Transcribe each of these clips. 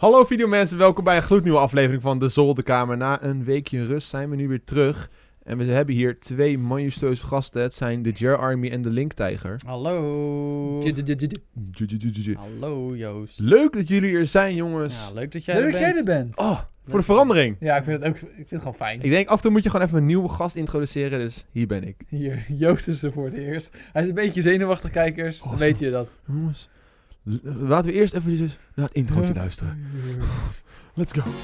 Hallo videomensen, welkom bij een gloednieuwe aflevering van De Zolderkamer. Na een weekje rust zijn we nu weer terug. En we hebben hier twee majestueuze gasten. Het zijn de Jer Army en de Linktijger. Hallo. Hallo Joost. Leuk dat jullie er zijn, jongens. Ja, leuk dat jij er bent. Oh, voor de verandering. Ja, ik vind het gewoon fijn. Ik denk af en toe moet je gewoon even een nieuwe gast introduceren, dus hier ben ik. Hier, Joost is er voor het eerst. Hij is een beetje zenuwachtig, kijkers. Dan weet je dat. Jongens, laten we eerst even naar het introotje luisteren. Let's go.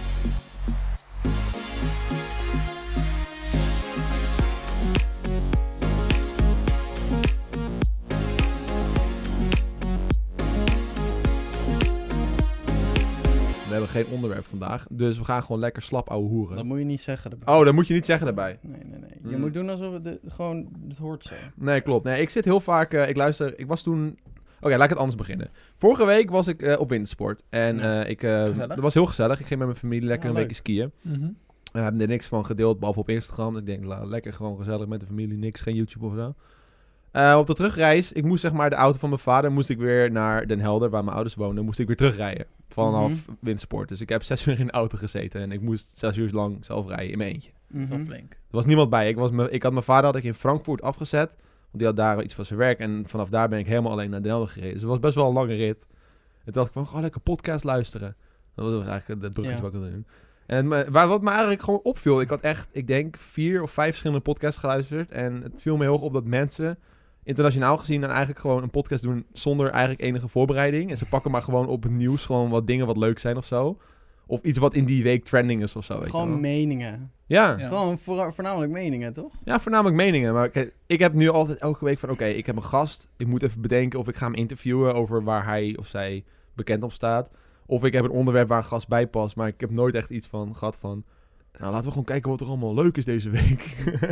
We hebben geen onderwerp vandaag, dus we gaan gewoon lekker slap ouwe hoeren. Dat moet je niet zeggen erbij. Oh, dat moet je niet zeggen daarbij. Nee. Je moet doen alsof het gewoon het hoort zo. Nee, klopt. Nee, ik zit heel vaak... ik was toen... Oké, laat ik het anders beginnen. Vorige week was ik op wintersport. En dat was heel gezellig. Ik ging met mijn familie lekker een weekje skiën. Mm-hmm. We hebben er niks van gedeeld, behalve op Instagram. Dus ik denk, lekker gewoon gezellig met de familie. Niks, geen YouTube of zo. Op de terugreis, ik moest zeg maar de auto van mijn vader... moest ik weer naar Den Helder, waar mijn ouders woonden... moest ik weer terugrijden. Vanaf wintersport. Dus ik heb 6 uur in de auto gezeten. En ik moest 6 uur lang zelf rijden in mijn eentje. Dat is wel flink. Er was niemand bij. Ik had mijn vader in Frankfurt afgezet... Want die had daar iets van zijn werk. En vanaf daar ben ik helemaal alleen naar Den Helder gereden. Dus het was best wel een lange rit. En toen dacht ik van, gewoon lekker podcast luisteren. Dat was eigenlijk het bruggetje wat ik wilde doen. En wat me eigenlijk gewoon opviel. Ik had echt, ik denk, 4 of 5 verschillende podcasts geluisterd. En het viel me heel erg op dat mensen, internationaal gezien, dan eigenlijk gewoon een podcast doen zonder eigenlijk enige voorbereiding. En ze pakken maar gewoon op het nieuws gewoon wat dingen wat leuk zijn of zo. Of iets wat in die week trending is of zo. Gewoon meningen. Ja. Gewoon voornamelijk meningen, toch? Ja, voornamelijk meningen. Maar ik heb nu altijd elke week van... Oké, ik heb een gast. Ik moet even bedenken of ik ga hem interviewen... over waar hij of zij bekend op staat. Of ik heb een onderwerp waar een gast bij past. Maar ik heb nooit echt iets van gehad van... Nou, laten we gewoon kijken wat er allemaal leuk is deze week.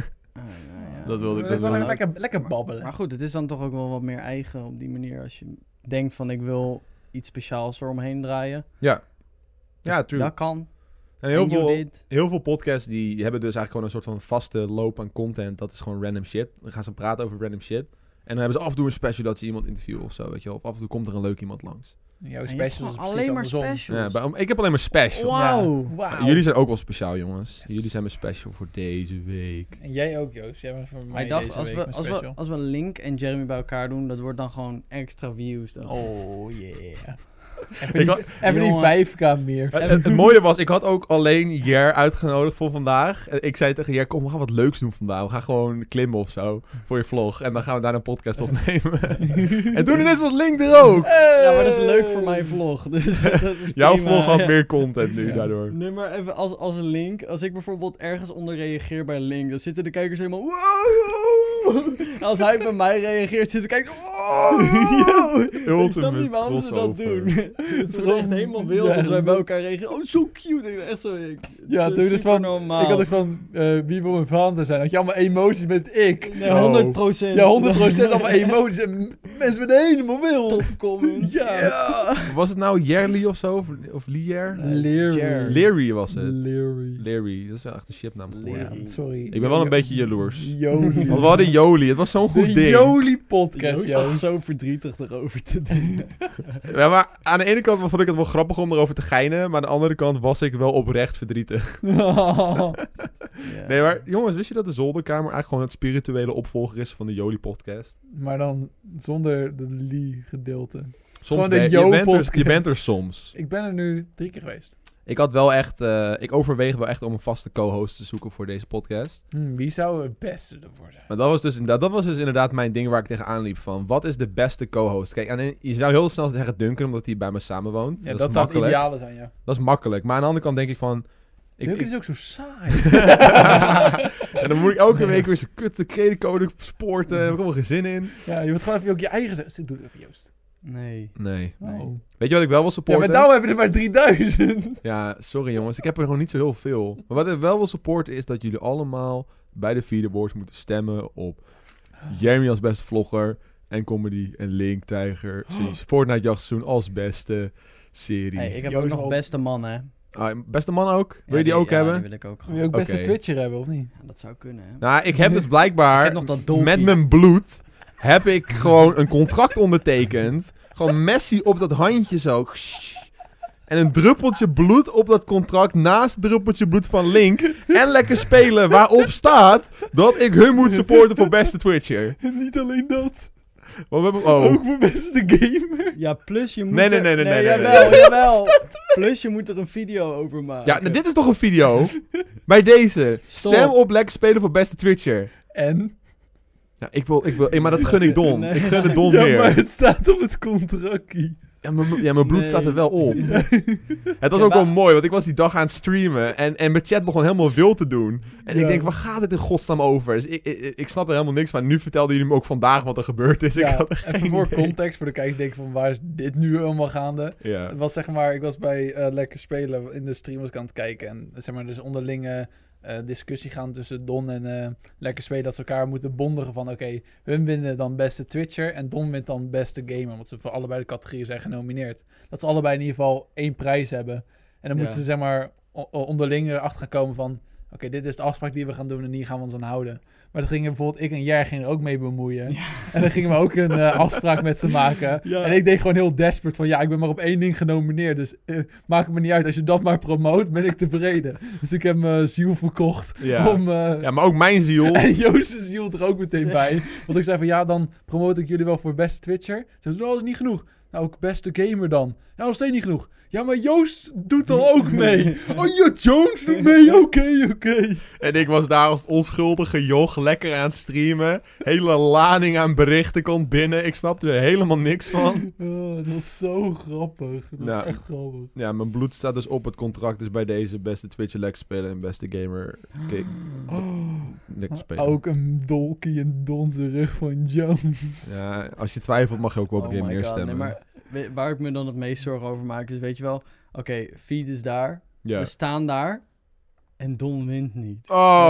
Dat wilde ik. Lekker babbelen. Maar goed, het is dan toch ook wel wat meer eigen op die manier. Als je denkt van ik wil iets speciaals eromheen draaien. Ja. Ja, true. Dat kan. En heel veel podcasts die hebben dus eigenlijk gewoon een soort van vaste loop aan content. Dat is gewoon random shit. Dan gaan ze praten over random shit. En dan hebben ze af en toe een special dat ze iemand interviewen of zo, weet je wel. Of af en toe komt er een leuk iemand langs. Jouw specials is alleen maar specials. Ja, ik heb alleen maar specials. Wow. Jullie zijn ook wel speciaal, jongens. Yes. Jullie zijn mijn special voor deze week. En jij ook, Joost. Jij bent voor mij ik dacht, deze week als we Link en Jeremy bij elkaar doen, dat wordt dan gewoon extra views. Dan. Oh, yeah. Even die 5k meer. Het mooie was, ik had ook alleen Jer uitgenodigd voor vandaag. Ik zei tegen Jer, kom, we gaan wat leuks doen vandaag. We gaan gewoon klimmen of zo voor je vlog. En dan gaan we daar een podcast opnemen. En toen ineens was Link er ook. Ja, maar dat is leuk voor mijn vlog. Dus dat is jouw prima, vlog had meer content nu daardoor. Nee, maar even als een Link. Als ik bijvoorbeeld ergens onder reageer bij een Link, dan zitten de kijkers helemaal... Wow! Als hij bij mij reageert, zitten de kijkers... Wow! Ik snap niet waarom ze dat doen. Het is gewoon echt helemaal wild als wij bij elkaar reageren. Oh, zo cute. Echt zo. Ja, toen is van normaal. Ik had dus van wie wil mijn vader zijn? Had je allemaal emoties met ik? Nee, 100%. Ja, 100% allemaal emoties. En mensen werden helemaal wild. Top comments. Ja. Was het nou Jerly of zo? Of Lier? Leary was het. Leary. Dat is echt een shitnaam geworden. Ja, sorry. Ik ben wel een beetje jaloers. Jolie. Want we hadden Jolie. Het was zo'n goed ding. Jolie podcast, Ik was zo verdrietig erover te doen. Ja, maar aan de ene kant vond ik het wel grappig om erover te geinen. Maar aan de andere kant was ik wel oprecht verdrietig. Nee, maar jongens, wist je dat de Zolderkamer eigenlijk gewoon het spirituele opvolger is van de Jolie podcast? Maar dan zonder de Lie-gedeelte. Soms je bent er soms. Ik ben er nu 3 keer geweest. Ik had wel echt... ik overweeg wel echt om een vaste co-host te zoeken voor deze podcast. Wie zou het beste ervoor zijn? Maar dat was dus inderdaad mijn ding waar ik tegenaan liep van... Wat is de beste co-host? Kijk, je zou heel snel zeggen Duncan, omdat hij bij me samenwoont. Ja, dat zou het ideale zijn, ja. Dat is makkelijk. Maar aan de andere kant denk ik van... Duncan is ook zo saai. En dan moet ik elke week weer zo'n kutte creditcode sporten. Daar heb ik helemaal geen zin in. Ja, je moet gewoon even ook je eigen... Doe het even, Joost. Nee. Oh. Weet je wat ik wel wil supporten? Ja, maar nou hebben we er maar 3000. Ja, sorry jongens. Ik heb er gewoon niet zo heel veel. Maar wat ik wel wil supporten is dat jullie allemaal bij de Feeder Boys moeten stemmen op Jeremy als beste vlogger en comedy en Linktijger. Fortnite jachtseizoen als beste serie. Hey, ik heb ook nog beste man, hè. Beste man ook? Wil je die ook hebben? Die wil ik ook gewoon. Wil je ook beste Twitcher hebben, of niet? Ja, dat zou kunnen, hè. Nou, ik heb dus blijkbaar nog dat met mijn bloed... heb ik gewoon een contract ondertekend. Gewoon Messi op dat handje zo. En een druppeltje bloed op dat contract naast het druppeltje bloed van Link. En lekker spelen waarop staat dat ik hun moet supporten voor beste Twitcher. En niet alleen dat. Ook voor beste gamer. Ja, plus je moet Nee. Jawel. Plus je moet er een video over maken. Ja, dit is toch een video? Bij deze. Stop. Stem op lekker spelen voor beste Twitcher. En? Ja, ik wil, maar dat gun ik Don. Nee. Ik gun het Don Ja, meer. maar het staat op het contractje. Ja, mijn bloed Nee. staat er wel op. Het was Ja, ook wel maar- mooi, want ik was die dag aan het streamen. En mijn chat begon helemaal wild te doen. En ik Ja. denk, waar gaat het in godsnaam over? Dus ik snap er helemaal niks van. Nu vertelden jullie me ook vandaag wat er gebeurd is. Ik Ja, had er even geen voor idee. context, voor de kijkers denken van waar is dit nu allemaal gaande? Ja. Het was zeg maar, ik was bij Lekker Spelen in de stream was ik aan het kijken. En zeg maar, dus onderlinge discussie gaan tussen Don en Lekker Spelen. Dat ze elkaar moeten bondigen van oké, hun winnen dan beste Twitcher en Don wint dan beste gamer. Want ze voor allebei de categorieën zijn genomineerd. Dat ze allebei in ieder geval 1 prijs hebben. En dan moeten ze zeg maar onderling erachter gaan komen van oké, dit is de afspraak die we gaan doen en hier gaan we ons aan houden. Maar dan gingen bijvoorbeeld ik en Jer gingen er ook mee bemoeien. Ja. En dan gingen we ook een afspraak met ze maken. Ja. En ik deed gewoon heel desperate van ik ben maar op 1 ding genomineerd. Dus maakt het me niet uit. Als je dat maar promoot, ben ik tevreden. Dus ik heb mijn ziel verkocht. Ja. Om, Ja, maar ook mijn ziel. En Joost' ziel er ook meteen bij. Want ik zei van dan promote ik jullie wel voor beste Twitcher. Ze zeiden, dat is niet genoeg. Nou, ook beste gamer dan. Ja, nog steeds niet genoeg. Ja, maar Joost doet dan ook mee. Oh ja, Jones doet mee. Oké. En ik was daar als onschuldige joch lekker aan het streamen. Hele lading aan berichten komt binnen. Ik snapte er helemaal niks van. Oh, dat was zo grappig. Dat was Ja. echt grappig. Ja, mijn bloed staat dus op het contract. Dus bij deze beste Twitcher lekker spelen en beste gamer lekker spelen. Ook een dolkie in Don's rug van Jones. Ja, als je twijfelt mag je ook wel op Oh een game my meer god, stemmen. nee, maar waar ik me dan het meest zorgen over maak is, weet je wel, oké, Feed is daar, Ja. we staan daar en Don wint niet.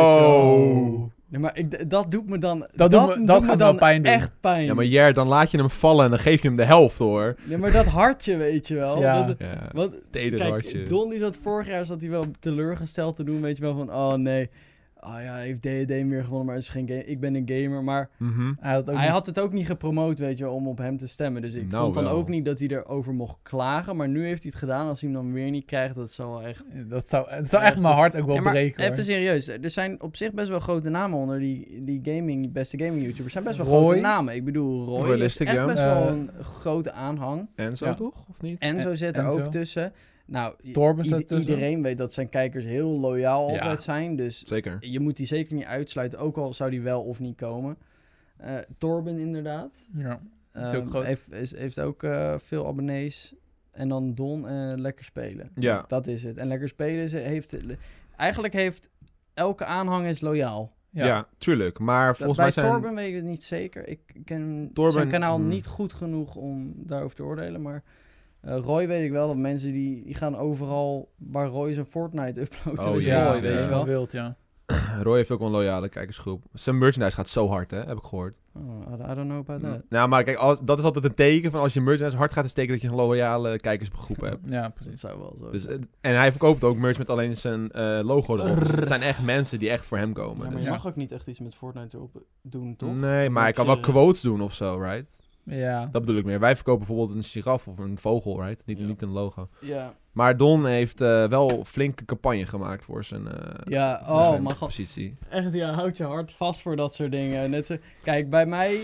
Oh. Nee, maar dat doet me dan... Dat doet me gaat wel dan pijn doen. echt pijn. Ja, maar Jer, dan laat je hem vallen en dan geef je hem de helft, hoor. Nee, maar dat hartje, weet je wel. Ja. Dat, Ja, want, teder kijk, hartje. Don die zat vorig jaar zat hij wel teleurgesteld te doen, weet je wel, van oh nee, hij heeft D&D meer gewonnen, maar het is geen game. Ik ben een gamer, maar Mhm. hij had het ook niet gepromoot, weet je wel, om op hem te stemmen. Dus ik Nou, vond dan wel. ook niet dat hij erover mocht klagen, maar nu heeft hij het gedaan. Als hij hem dan weer niet krijgt, dat zal wel echt... Het zou echt mijn hart ook wel Ja, maar breken. hoor. even serieus, er zijn op zich best wel grote namen onder die beste gaming YouTubers. zijn best wel Roy. grote namen. Ik bedoel, Roy Realistic, heeft echt ja. best wel een grote aanhang. En zo Ja. toch? Of niet? Enzo zit er Enzo. ook tussen. Nou, Torben staat tussen. iedereen weet dat zijn kijkers heel loyaal Ja. altijd zijn. Dus Zeker. je moet die zeker niet uitsluiten, ook al zou die wel of niet komen. Torben inderdaad. Ja. Is ook groot. Heeft ook veel abonnees. En dan Don Lekker Spelen. Ja. Dat is het. En Lekker Spelen eigenlijk heeft elke aanhang is loyaal. Ja. Tuurlijk. Maar volgens Bij mij zijn... Torben weet ik het niet zeker. Ik ken Torben- zijn kanaal hmm. niet goed genoeg om daarover te oordelen. Maar Roy weet ik wel dat mensen die gaan overal waar Roy zijn Fortnite uploadt. Oh, is ja, Roy, ja. weet je wel. Wild, ja. Roy heeft ook wel een loyale kijkersgroep. Zijn merchandise gaat zo hard, hè? Heb ik gehoord. Oh, I don't know about that. Nou, maar kijk, dat is altijd een teken van als je merchandise hard gaat te steken dat je een loyale kijkersgroep hebt. Ja, precies. Dat zou wel zo Dus, zijn. en hij verkoopt ook merch met alleen zijn logo erop. Dus het zijn echt mensen die echt voor hem komen. Ja, maar Dus- je mag ook niet echt iets met Fortnite erop doen, toch? Nee, maar hij kan heb wel je- quotes doen of zo, right? Ja. Dat bedoel ik meer. Wij verkopen bijvoorbeeld een giraf of een vogel, right? Niet, Ja. niet een logo. Ja, Maar Don heeft wel flinke campagne gemaakt voor zijn, ja. voor Oh, zijn maar positie. echt, ja, houd je hart vast voor dat soort dingen. Net zo, kijk, bij mij...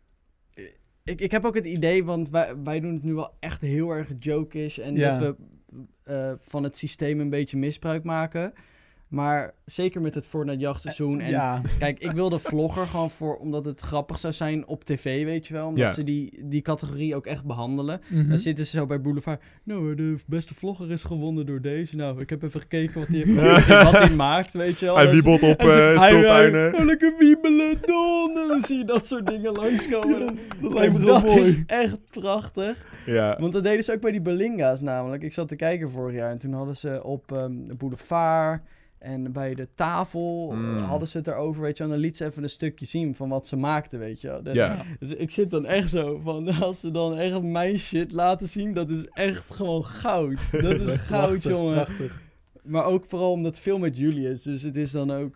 Ik heb ook het idee, want wij doen het nu wel echt heel erg jokish. En Ja. dat we van het systeem een beetje misbruik maken. Maar zeker met het Fortnite jachtseizoen. En ja. kijk, ik wilde vlogger gewoon omdat het grappig zou zijn op tv, weet je wel. Omdat Ja. ze die categorie ook echt behandelen. Mhm. Dan zitten ze zo bij Boulevard. Nou, de beste vlogger is gewonnen door deze. Nou, ik heb even gekeken wat hij heeft gemaakt, wat hij maakt, weet je wel. Hij En wiebelt op en ze- hij- speeltuinen. lekker wiebelen, Don. En dan zie je dat soort dingen langskomen. dat Kijk, lijkt me dat wel mooi. is echt prachtig. Ja. Want dat deden ze ook bij die Belinga's namelijk. Ik zat te kijken vorig jaar en toen hadden ze op de Boulevard en bij de tafel hadden ze het erover, weet je wel. En dan liet ze even een stukje zien van wat ze maakten, weet je wel. Ja. Dus ik zit dan echt zo van, als ze dan echt mijn shit laten zien, dat is echt gewoon goud. Dat is goud, Prachtig, jongen. prachtig. Maar ook vooral omdat het veel met jullie is. Dus het is dan ook...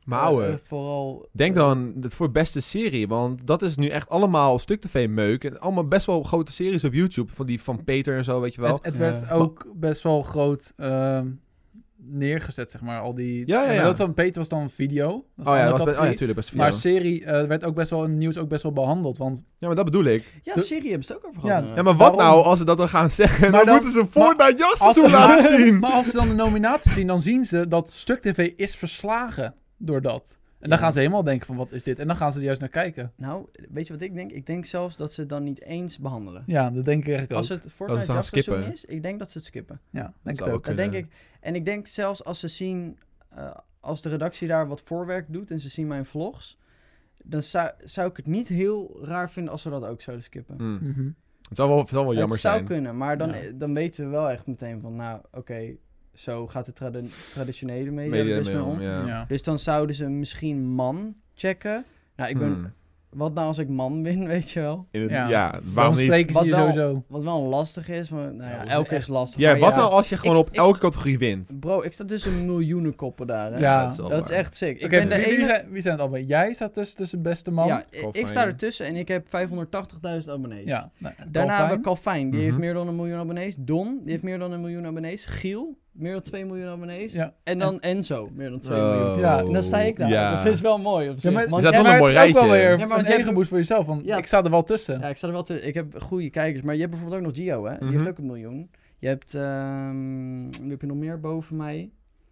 Maar ouwe, vooral... denk dan voor beste serie, want dat is nu echt allemaal Stuk TV meuk. En allemaal best wel grote series op YouTube, van Peter en zo, weet je wel. Het werd ook best wel groot neergezet, zeg maar. Al die... Ja. Dat van Peter was dan een video. Dat is Natuurlijk best video. Maar serie werd ook best wel in het nieuws ook best wel behandeld, want... Ja, maar dat bedoel ik. Ja, serie hebben ze het ook over gehad. Ja, maar wat nou als ze dat dan gaan zeggen? Maar dan moeten ze Fortnite jassen laten zien. Maar als ze dan de nominaties zien, dan zien ze dat Stuk TV is verslagen door dat. En dan gaan ze helemaal denken van, wat is dit? En dan gaan ze er juist naar kijken. Nou, weet je wat ik denk? Ik denk zelfs dat ze het dan niet eens behandelen. Ja, dat denk ik eigenlijk ook. Als het Fortnite jasseizoen is, ik denk dat ze het skippen. Ja, denk ik ook. Dat denk ik. En ik denk zelfs als ze zien, als de redactie daar wat voorwerk doet en ze zien mijn vlogs, dan zou ik het niet heel raar vinden als ze dat ook zouden skippen. Het zal wel jammer zijn. Het zou kunnen, maar dan weten we wel echt meteen van, nou, oké, zo gaat de traditionele media dus mee om. Ja. Dus dan zouden ze misschien man checken. Nou, ik ben... Wat nou als ik man win, weet je wel? Waarom niet? Spreken ze sowieso. Wat wel lastig is, maar elke is lastig. Ja, wat nou als je gewoon op elke categorie wint? Bro, ik sta tussen miljoenen koppen daar, hè? Ja, dat is echt sick. Ik ben wie zijn het allemaal? Jij staat tussen beste man? Ja, ik sta ertussen en ik heb 580.000 abonnees. Ja, daarna hebben we Calvin, die heeft meer dan 1 miljoen abonnees. Don, die heeft meer dan 1 miljoen abonnees. Giel, meer dan 2 miljoen abonnees. Ja. En dan Enzo, meer dan 2 miljoen. Ja, en dan sta ik daar. Ja. Dat is wel mooi op zich. Ja, maar het is wel een mooi rijtje. Ook wel weer een tegenboost voor jezelf. Want ik sta er wel tussen. Ja, ik sta er wel tussen. Ik heb goede kijkers. Maar je hebt bijvoorbeeld ook nog Gio, hè? Die heeft ook 1 miljoen. Je hebt... wie heb je nog meer boven mij?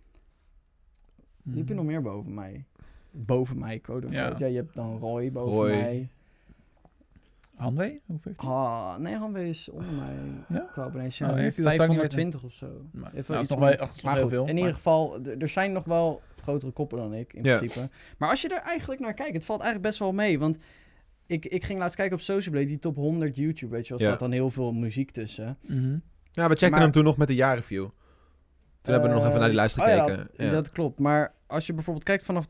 Wie heb je nog meer boven mij? Boven mij, code. Ja, je hebt dan Roy boven mij. Hanwee? Hoeveel heeft hij? Nee, Hanwee is onder mij. Ja? Qua abonnees. Ja, heeft 520 of zo. Maar dat is nog wel heel veel. In ieder geval, er zijn nog wel grotere koppen dan ik, in principe. Maar als je er eigenlijk naar kijkt, het valt eigenlijk best wel mee. Want ik ging laatst kijken op Social Blade, die top 100 YouTube, weet je wel. Er staat dan heel veel muziek tussen. Ja, we checkten hem toen nog met de jaarreview. Toen hebben we nog even naar die lijst gekeken. Dat klopt. Maar als je bijvoorbeeld kijkt vanaf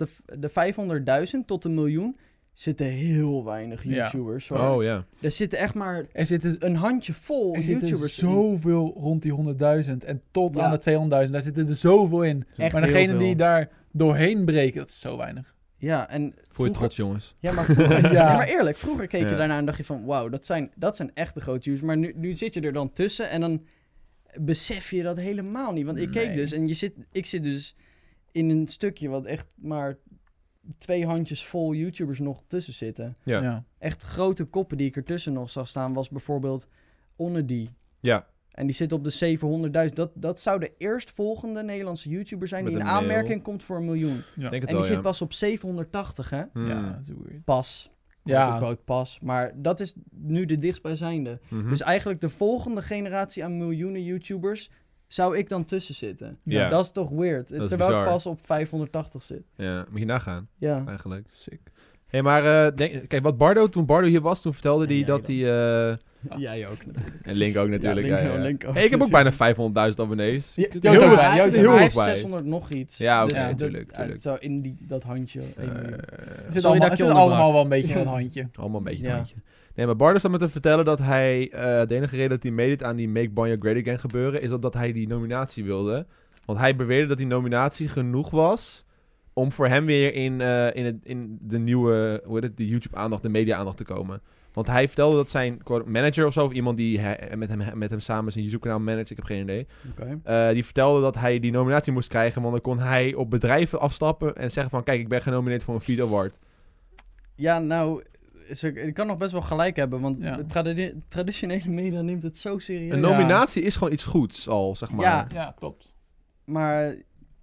de 500.000 tot 1 miljoen... zitten heel weinig YouTubers. Ja. Oh ja. Er zitten echt maar een handjevol YouTubers. Er zitten zoveel rond die 100.000 en tot aan de 200.000. Daar zitten er zoveel in. Echt maar degene die daar doorheen breken, dat is zo weinig. Ja, en voel je trots, jongens. Ja, maar vroeger, maar eerlijk, vroeger keek je daarna en dacht je van... wauw, dat zijn echt de grote YouTubers. Maar nu zit je er dan tussen en dan besef je dat helemaal niet. Want ik keek dus en ik zit dus in een stukje wat echt maar... 2 handjes vol YouTubers nog tussen zitten. Ja. Echt grote koppen die ik ertussen nog zag staan... was bijvoorbeeld Onnedy. Ja. En die zit op de 700.000. Dat zou de eerstvolgende Nederlandse YouTuber zijn... die in aanmerking komt voor 1 miljoen. Ja. Denk het en die wel, zit pas op 780, hè? Ja, dat is weird. Pas. Pas. Maar dat is nu de dichtstbijzijnde. Dus eigenlijk de volgende generatie aan miljoenen YouTubers... zou ik dan tussen zitten. Ja. Dat is toch weird. Terwijl ik pas op 580 zit. Ja, moet je nagaan. Ja. Eigenlijk. Sick. Hey, maar kijk, wat toen Bardo hier was, toen vertelde hij dat hij... Jij ook natuurlijk. En Link ook natuurlijk. Link ook. Hey, ik heb ook bijna 500.000 abonnees. Hij heeft 600 nog iets. Ja, oké, natuurlijk. Zo in dat handje. Het zit allemaal wel een beetje in het handje. Allemaal een beetje in het handje. Nee, maar Bardo staat me te vertellen dat hij... de enige reden dat hij meedeed aan die Make Banja Great Again gebeuren... is dat hij die nominatie wilde. Want hij beweerde dat die nominatie genoeg was... om voor hem weer in de nieuwe... hoe heet het, de YouTube-aandacht, de media-aandacht te komen. Want hij vertelde dat zijn manager of zo... of iemand die met hem samen zijn YouTube-kanaal managt... ik heb geen idee... die vertelde dat hij die nominatie moest krijgen... want dan kon hij op bedrijven afstappen... en zeggen van... kijk, ik ben genomineerd voor een Feed Award. Ja, nou... Ik kan nog best wel gelijk hebben, want de traditionele media neemt het zo serieus. Een nominatie is gewoon iets goeds al, zeg maar. Ja, klopt. Maar,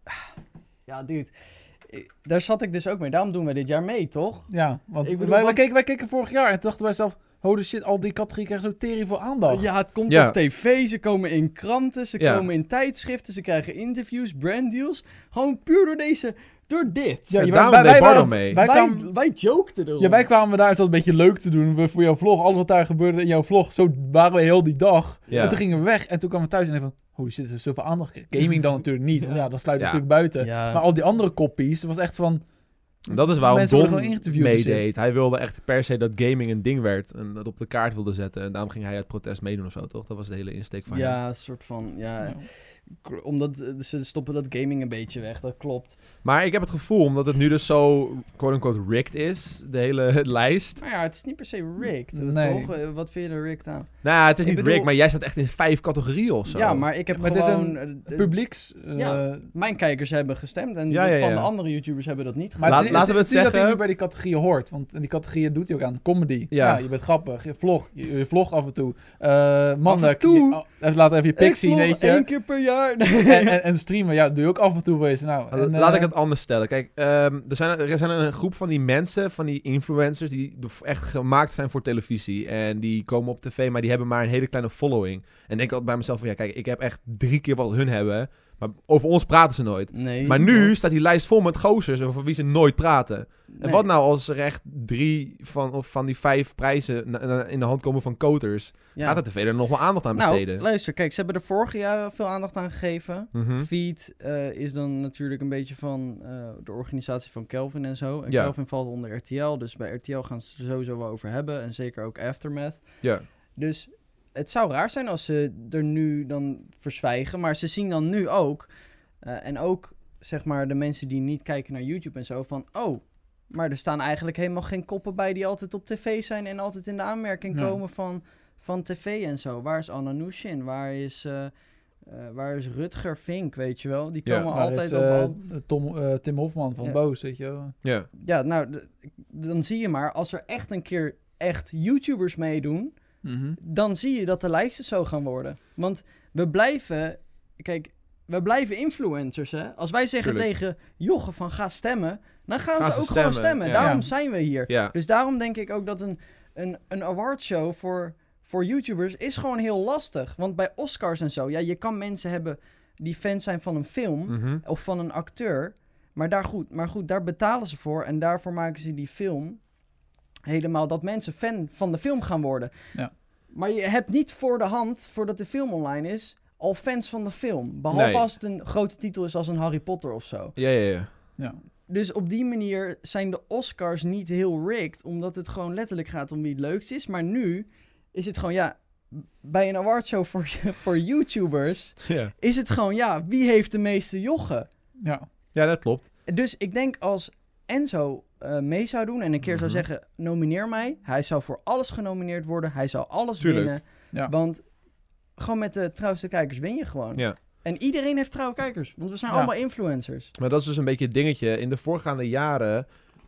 ja, dude, daar zat ik dus ook mee. Daarom doen wij dit jaar mee, toch? Ja, want wij keken vorig jaar en dachten wij zelf... holy shit, al die categorieën krijgen zo tering veel aandacht. Ja, het komt op tv, ze komen in kranten, ze komen in tijdschriften, ze krijgen interviews, branddeals. Gewoon puur door dit. Ja, wij Bardo mee. Wij jokten erop. Ja, wij kwamen daar zo een beetje leuk te doen voor jouw vlog. Alles wat daar gebeurde in jouw vlog, zo waren we heel die dag. Ja. En toen gingen we weg en toen kwamen we thuis en van... holy shit, er is zoveel aandacht. Gaming dan natuurlijk niet. Ja, dat sluit natuurlijk buiten. Ja. Maar al die andere koppies, het was echt van... Dat is waarom Don meedeed. Hij wilde echt per se dat gaming een ding werd. En dat op de kaart wilde zetten. En daarom ging hij het protest meedoen of zo, toch? Dat was de hele insteek van hem. Ja, een soort van... Ja. Omdat ze stoppen dat gaming een beetje weg, dat klopt. Maar ik heb het gevoel, omdat het nu dus zo, quote-unquote, rigged is, de hele lijst. Maar ja, het is niet per se rigged. Nee. Toch? Wat vind je er rigged aan? Nou ja, het is Ik niet bedoel- rigged, maar jij staat echt in 5 categorieën of zo. Ja, maar ik heb Maar het is gewoon... een publieks... mijn kijkers hebben gestemd en Ja. van de andere YouTubers hebben dat niet Maar gedaan. Laten we het niet dat hij zeggen- niet bij die categorieën hoort. Want die categorieën doet hij ook aan. Comedy. Ja. Ja, je bent grappig. Je vlog af en toe. Af Mannen, en toe? laat even je pik Ik zien, vlog weet je. 1 keer per jaar. En streamen, ja, doe je ook af en toe wezen. Nou, en, Laat ik het anders stellen. Kijk, er zijn een groep van die mensen, van die influencers, die echt gemaakt zijn voor televisie. En die komen op tv, maar die hebben maar een hele kleine following. En denk altijd bij mezelf van, ja, kijk, ik heb echt 3 keer wat hun hebben. Maar over ons praten ze nooit. Nee. Maar nu staat die lijst vol met gozers over wie ze nooit praten. En Nee. wat nou als er echt 3 van die 5 prijzen in de hand komen van koters? Ja. Gaat de tv er nog wel aandacht aan besteden? Nou, luister, kijk, ze hebben er vorige jaren veel aandacht aan gegeven. Mhm. Feed is dan natuurlijk een beetje van de organisatie van Kelvin en zo. En Ja. Kelvin valt onder RTL, dus bij RTL gaan ze het er sowieso wel over hebben. En zeker ook Aftermath. Ja. Dus het zou raar zijn als ze er nu dan verzwijgen. Maar ze zien dan nu ook, en ook zeg maar de mensen die niet kijken naar YouTube en zo, van oh, maar er staan eigenlijk helemaal geen koppen bij die altijd op tv zijn en altijd in de aanmerking Ja. komen van tv en zo. Waar is Anna Nushin? Waar is Rutger Vink, weet je wel? Die Ja. komen maar altijd is, op... Tim Hofman van Ja. Boos, weet je wel. Ja. Ja, nou, dan zie je maar, als er echt een keer echt YouTubers meedoen, dan zie je dat de lijsten zo gaan worden. Want we blijven influencers, hè. Als wij zeggen Tuurlijk. tegen Jochem van ga stemmen, dan gaan Gaan ze ze ook gewoon stemmen, stemmen. ja. Daarom Ja. zijn we hier. Ja. Dus daarom denk ik ook dat een awardshow voor YouTubers is gewoon heel lastig. Want bij Oscars en zo, ja, je kan mensen hebben die fan zijn van een film Mhm. of van een acteur. Maar goed, daar betalen ze voor en daarvoor maken ze die film helemaal dat mensen fan van de film gaan worden. Ja. Maar je hebt niet voor de hand, voordat de film online is, al fans van de film. Behalve Nee. als het een grote titel is als een Harry Potter of zo. Ja. Ja. Dus op die manier zijn de Oscars niet heel rigged, omdat het gewoon letterlijk gaat om wie het leukst is. Maar nu is het gewoon, ja, bij een awardshow voor YouTubers Ja. is het gewoon, ja, wie heeft de meeste jochen? Ja. Ja, dat klopt. Dus ik denk als Enzo mee zou doen en een keer zou Mhm. zeggen, nomineer mij. Hij zou voor alles genomineerd worden. Hij zou alles Tuurlijk. winnen. Ja. Want gewoon met de trouwste kijkers win je gewoon. Ja. En iedereen heeft trouwe kijkers, want we zijn Ja. allemaal influencers. Maar dat is dus een beetje het dingetje. In de voorgaande jaren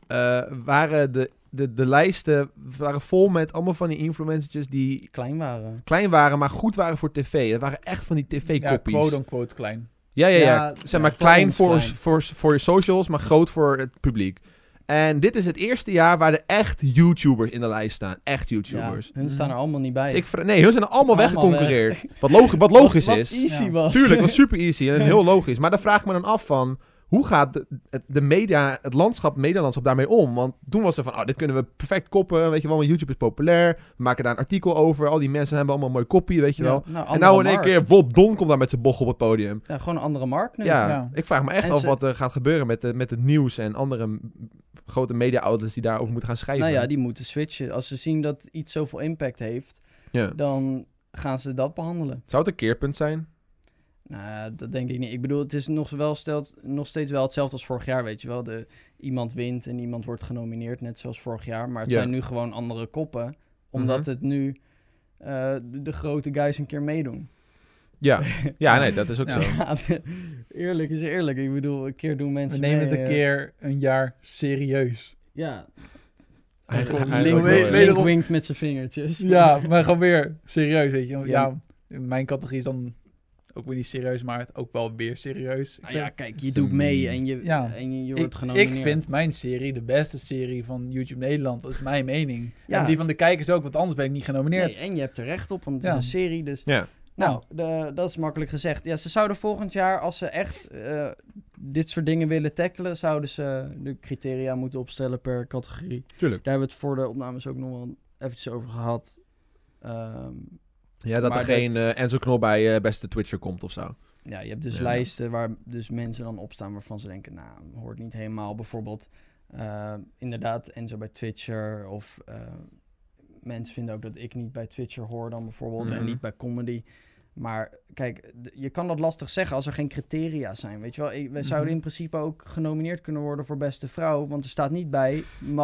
waren de lijsten waren vol met allemaal van die influencertjes die Klein waren. klein waren, maar goed waren voor tv. Dat waren echt van die Ja, tv-koppies. quote-unquote klein. Ja. Ja, Zeg maar ja, klein voor voor, ons klein. voor je socials, maar groot voor het publiek. En dit is het eerste jaar waar er echt YouTubers in de lijst staan. Echt YouTubers. Ja, hun staan er allemaal niet bij. Dus nee, hun zijn er allemaal Allemaal weggeconcurreerd. Wat logisch wat is. easy Ja. was. Tuurlijk, wat super easy en heel logisch. Maar dan vraag ik me dan af van, hoe gaat het medialandschap daarmee om? Want toen was er van, dit kunnen we perfect koppen, weet je wel, want YouTube is populair. We maken daar een artikel over, al die mensen hebben allemaal een mooi kopie, weet je wel. Ja, En nou in één keer, Wop Don komt daar met zijn bochel op het podium. Ja, gewoon een andere markt nu. Ja, Ja. ik vraag me echt En af ze- wat er gaat gebeuren met het nieuws en andere grote media-outlets die daarover moeten gaan schrijven. Nou ja, die moeten switchen. Als ze zien dat iets zoveel impact heeft, Ja. dan gaan ze dat behandelen. Zou het een keerpunt zijn? Nou, ja, dat denk ik niet. Ik bedoel, het is nog steeds wel hetzelfde als vorig jaar, weet je wel. Iemand wint en iemand wordt genomineerd, net zoals vorig jaar. Maar het Ja. zijn nu gewoon andere koppen, omdat Mhm. het nu de grote guys een keer meedoen. Ja, ja nee, dat is ook Ja. zo. Ja, eerlijk is eerlijk. Ik bedoel, een keer doen We mensen nemen het mee, een keer een jaar serieus. Ja, Eigenlijk Link, ook wel, ja. Link winkt met zijn vingertjes. Ja, maar gewoon weer serieus, weet je. Ja. Ja, mijn categorie is dan ook weer niet serieus, maar het ook wel weer serieus. Nou ja, kijk, je Het is doet een- mee en je, Ja. je wordt genomineerd. Ik vind mijn serie de beste serie van YouTube Nederland. Dat is mijn mening. Ja. En die van de kijkers ook, want anders ben ik niet genomineerd. Nee, en je hebt er recht op, want het Ja. is een serie, dus... Ja. Nou, dat is makkelijk gezegd. Ja, ze zouden volgend jaar, als ze echt dit soort dingen willen tackelen, zouden ze de criteria moeten opstellen per categorie. Tuurlijk. Daar hebben we het voor de opnames ook nog wel eventjes over gehad. Ja, dat Maar er geen Enzo Knol bij beste Twitcher komt of zo. Ja, je hebt dus Ja. lijsten waar dus mensen dan op staan waarvan ze denken, nou, hoort niet helemaal. Bijvoorbeeld, inderdaad, Enzo bij Twitcher of mensen vinden ook dat ik niet bij Twitcher hoor dan bijvoorbeeld Mhm. en niet bij comedy. Maar kijk, je kan dat lastig zeggen als er geen criteria zijn, weet je wel. We zouden in principe ook genomineerd kunnen worden voor beste vrouw, want er staat niet bij,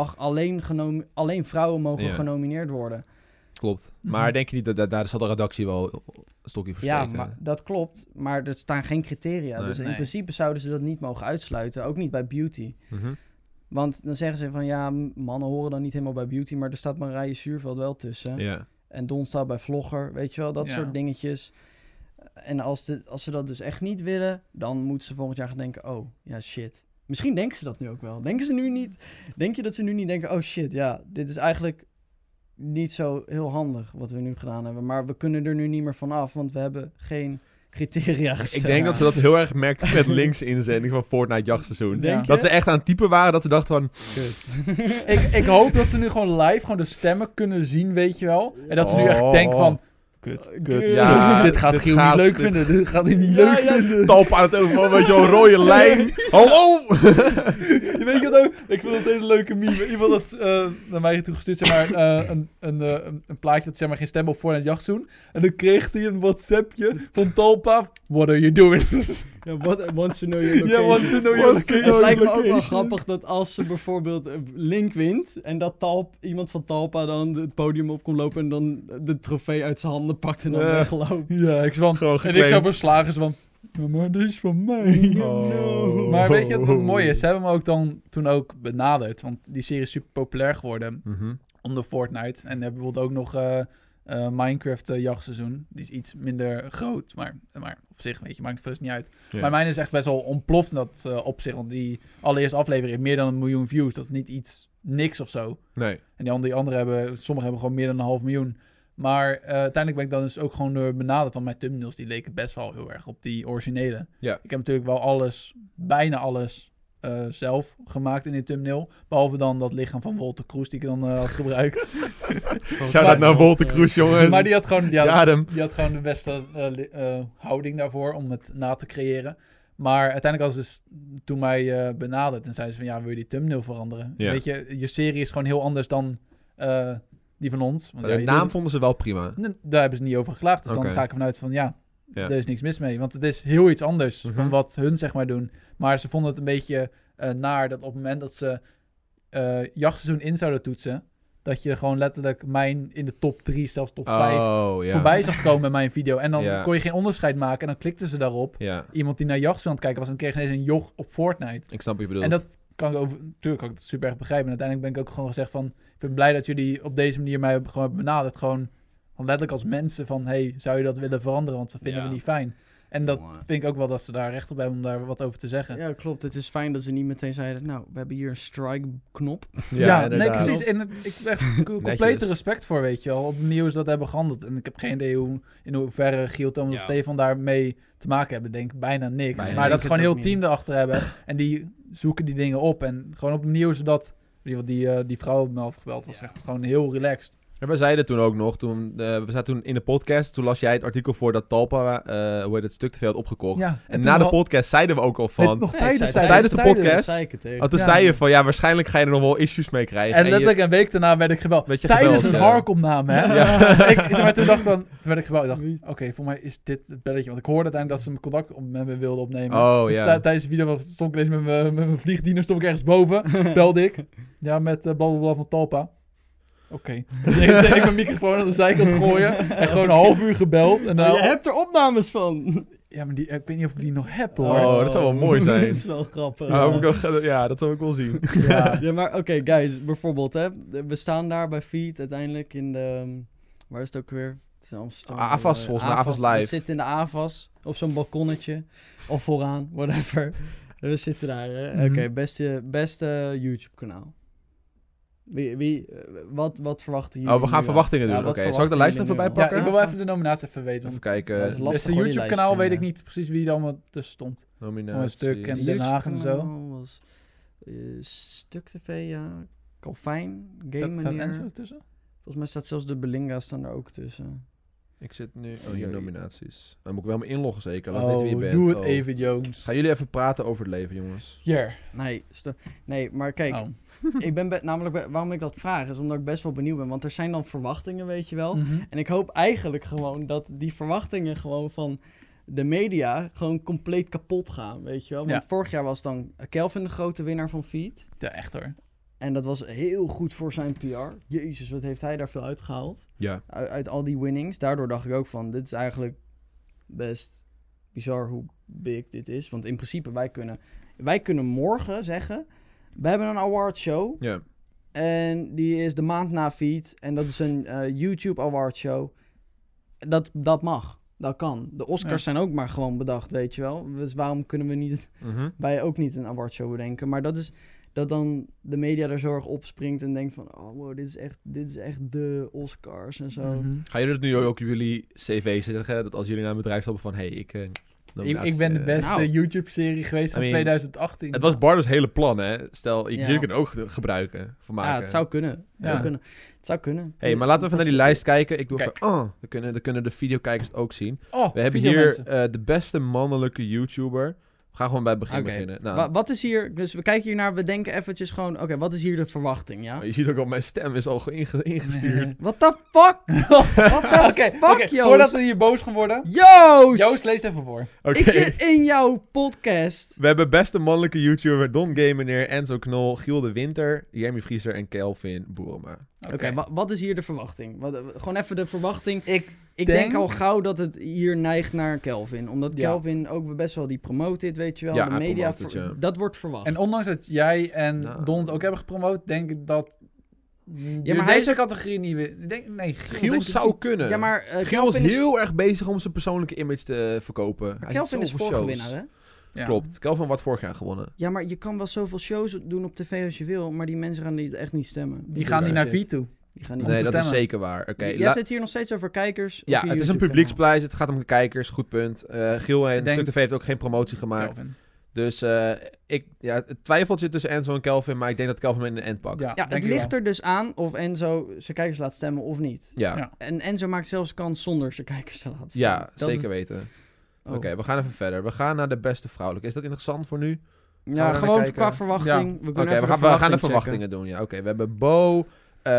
alleen vrouwen mogen genomineerd worden. Klopt. Maar denk je niet dat daar zal de redactie wel een stokje voor steken? Ja, maar dat klopt. Maar er staan geen criteria. Nee. Dus in principe zouden ze dat niet mogen uitsluiten. Ook niet bij beauty. Mm-hmm. Want dan zeggen ze van ja, mannen horen dan niet helemaal bij beauty. Maar er staat Marije Zuurveld wel tussen. Ja. En Don staat bij vlogger. Weet je wel, dat soort dingetjes. En als ze dat dus echt niet willen, dan moeten ze volgend jaar gaan denken, oh, ja, shit. Misschien denken ze dat nu ook wel. Denken ze nu niet? Denk je dat ze nu niet denken, oh shit, ja, dit is eigenlijk niet zo heel handig wat we nu gedaan hebben. Maar we kunnen er nu niet meer van af, want we hebben geen criteria gesteld. Ik denk dat ze dat heel erg merkten met links inzending van Fortnite jachtseizoen. Ja. Dat ze echt aan het typen waren, dat ze dachten van... ik hoop dat ze nu gewoon live gewoon de stemmen kunnen zien, weet je wel. En dat ze nu echt denken van... Kut. Ja, dit gaat Giel niet leuk vinden. Dit gaat hij niet leuk vinden. Talp aan het overval met jouw rode lijn. Hallo! Je weet je wat ook? Ik vind dat een hele leuke meme. Iemand dat naar mij toegestuurd, zeg maar, een plaatje dat zeg maar geen stem op voor het jachtseizoen. En dan kreeg hij een WhatsAppje van Talpa. What are you doing? Ja, wants to know your location. Ja, wants to know your location. Het lijkt me ook wel grappig dat als ze bijvoorbeeld Link wint en dat iemand van Talpa dan het podium op komt lopen en dan de trofee uit zijn handen pakt en dan wegloopt. Ja, ik zou verslagen van... Maar dit is van mij. Oh. Maar weet je wat mooi is? Ze hebben hem ook dan toen ook benaderd. Want die serie is super populair geworden onder Fortnite. En hebben bijvoorbeeld ook nog Minecraft jachtseizoen. Die is iets minder groot. Maar op zich, weet je, maakt het niet uit. Ja. Maar mijn is echt best wel ontploft in dat opzicht. Want die allereerste aflevering heeft meer dan 1 miljoen views. Dat is niet niks of zo. Nee. En die andere sommigen hebben gewoon meer dan 500.000. Maar uiteindelijk ben ik dan dus ook gewoon door benaderd. Want mijn thumbnails die leken best wel heel erg op die originele. Ja. Ik heb natuurlijk wel bijna alles zelf gemaakt in die thumbnail. Behalve dan dat lichaam van Wolter Kroes die ik dan had gebruikt. Shout-out naar Wolter Kroes, jongens. Maar die had gewoon de beste houding daarvoor om het na te creëren. Maar uiteindelijk hadden ze dus toen mij benaderd en zeiden ze van ja, wil je die thumbnail veranderen? Ja. Weet je serie is gewoon heel anders dan die van ons. Want de naam vonden ze wel prima. Daar hebben ze niet over geklaagd. Dus dan ga ik ervan uit van er is niks mis mee. Want het is heel iets anders van wat hun zeg maar doen. Maar ze vonden het een beetje naar dat op het moment dat ze jachtseizoen in zouden toetsen, dat je gewoon letterlijk mijn in de top 3, zelfs top 5 voorbij zag komen met mijn video. En dan kon je geen onderscheid maken. En dan klikten ze daarop. Ja. Iemand die naar jachtseizoen aan het kijken was, en kreeg ineens een joch op Fortnite. Ik snap wat je bedoelt. En dat kan ik natuurlijk kan ik dat super erg begrijpen. En uiteindelijk ben ik ook gewoon gezegd van, ik ben blij dat jullie op deze manier mij hebben benaderd. Gewoon letterlijk als mensen van, hey, zou je dat willen veranderen? Want dat vinden we niet fijn. En dat vind ik ook wel dat ze daar recht op hebben om daar wat over te zeggen. Ja, klopt. Het is fijn dat ze niet meteen zeiden, nou, we hebben hier een strike-knop. Ja, nee, precies. En ik heb echt complete respect voor, weet je wel. Op de manier ze dat hebben gehandeld. En ik heb geen idee in hoeverre Giel, Thomas of Stefan daarmee te maken hebben. Ik denk bijna niks. Maar dat ze gewoon een heel team erachter hebben. En die zoeken die dingen op. En gewoon op de manier ze dat... Die vrouw op me afgebeld was echt gewoon heel relaxed. En we zeiden toen ook nog, we zaten toen in de podcast, toen las jij het artikel voor dat Talpa, het stuk te veel had opgekocht. Ja, en na de podcast zeiden we ook al van... Nog tijdens de podcast. Toen zei je van, waarschijnlijk ga je er nog wel issues mee krijgen. En letterlijk een week daarna werd ik gebeld. Tijdens een harkopname, hè? Maar toen dacht ik toen werd ik gebeld. Ik dacht, oké, voor mij is dit het belletje. Want ik hoorde uiteindelijk dat ze mijn contact met me wilden opnemen. Oh, dus tijdens de video stond ik ineens met mijn vliegdiener, stond ik ergens boven. Belde ik. Ja, met blablabla van Talpa. Oké. Dus ik mijn microfoon aan de zijkant gooien. En gewoon een half uur gebeld. En je hebt er opnames van. Ja, maar ik weet niet of ik die nog heb, hoor. Oh, dat zou wel mooi zijn. Dat is wel grappig. Dat zou ik wel zien. Ja, maar oké, guys. Bijvoorbeeld, hè. We staan daar bij Feed uiteindelijk in de... Waar is het ook weer? Het is in Amsterdam. AVAS, volgens mij. AVAS Live. We zitten in de AVAS. Op zo'n balkonnetje. Of vooraan, whatever. We zitten daar, hè. Oké, beste YouTube-kanaal. Wat verwachten jullie? We gaan verwachtingen doen. Oké, zal ik de lijst even bijpakken? Ja, ik wil wel even de nominatie even weten. Even kijken. Dus de YouTube-kanaal weet ik niet precies wie er allemaal tussen stond. Nominatie. Van een stuk en Den Haag en zo. Was, Stuk TV, ja. Calvijn, Game Staat Meneer. Enzo tussen? Volgens mij staat zelfs de Belinga staan er ook tussen. Ik zit nu... Oh, hier nominaties. Dan moet ik wel me inloggen zeker. Laat weten wie je bent. Doe het even, Jones. Gaan jullie even praten over het leven, jongens? Hier. Nee, maar kijk, Oh. ik ben namelijk waarom ik dat vraag is omdat ik best wel benieuwd ben, want er zijn dan verwachtingen, weet je wel. Mhm. En ik hoop eigenlijk gewoon dat die verwachtingen gewoon van de media gewoon compleet kapot gaan, weet je wel. Want vorig jaar was dan Kelvin de grote winnaar van Feed. Ja, echt hoor. En dat was heel goed voor zijn PR. Jezus, wat heeft hij daar veel uitgehaald. Ja. Uit al die winnings. Daardoor dacht ik ook van, dit is eigenlijk best bizar hoe big dit is. Want in principe, wij kunnen morgen zeggen, we hebben een awardshow. Ja. En die is de maand na Feed. En dat is een YouTube awardshow. Dat mag. Dat kan. De Oscars zijn ook maar gewoon bedacht, weet je wel. Dus waarom kunnen we niet wij ook niet een awardshow bedenken? Maar dat is dat dan de media er zo erg op springt en denkt van, oh wow, dit is echt de Oscars en zo. Mhm. Gaan jullie het nu ook op jullie cv zeggen? Dat als jullie naar een bedrijf stappen van, hey, ik ben de beste YouTube-serie geweest van 2018. Het was Bardo's hele plan, hè? Stel, jullie kunnen ook gebruiken voor maken. Ja, het zou kunnen. Het zou kunnen. Hey, maar laten we even naar die lijst kijken. Ik doe even, dan kunnen de videokijkers het ook zien. We hebben hier de beste mannelijke YouTuber. We gaan gewoon bij het begin beginnen. Nou. Wat is hier... Dus we kijken hier naar... We denken eventjes gewoon... Oké, wat is hier de verwachting, ja? Je ziet ook al, mijn stem is al ingestuurd. What the fuck? Oké, voordat we hier boos gaan worden. Joost, lees even voor. Okay. Ik zit in jouw podcast. We hebben beste mannelijke YouTuber Don Gamer, Enzo Knol, Giel de Winter, Jeremy Vriezer en Kelvin Boerema. Oké, wat is hier de verwachting? Gewoon even de verwachting. Ik denk al gauw dat het hier neigt naar Kelvin. Omdat Kelvin ook best wel die promoted, weet je wel. Ja, de media, dat wordt verwacht. En ondanks dat jij en Don het ook hebben gepromoot, denk ik dat maar deze categorie niet weer... Giel zou kunnen. Ja, maar Giel is heel erg bezig om zijn persoonlijke image te verkopen. Kelvin is vorige winnaar, hè? Ja. Klopt. Kelvin had vorig jaar gewonnen. Ja, maar je kan wel zoveel shows doen op tv als je wil, maar die mensen gaan echt niet stemmen. Die gaan niet naar V toe. Nee, dat is zeker waar. Je hebt het hier nog steeds over kijkers. Ja, het is een publieksprijs. Het gaat om de kijkers. Goed punt. Giel en Stuk TV heeft ook geen promotie gemaakt. Kelvin. Dus het twijfelt zit tussen Enzo en Kelvin, maar ik denk dat Kelvin hem in de end pakt. Ja, het ligt er dus aan of Enzo zijn kijkers laat stemmen of niet. Ja. En Enzo maakt zelfs kans zonder zijn kijkers te laten stemmen. Ja, zeker weten. Oké, we gaan even verder. We gaan naar de beste vrouwelijke. Is dat interessant voor nu? Ja, gewoon qua verwachting. Ja. We gaan de verwachtingen doen. Ja, oké. We hebben Bo,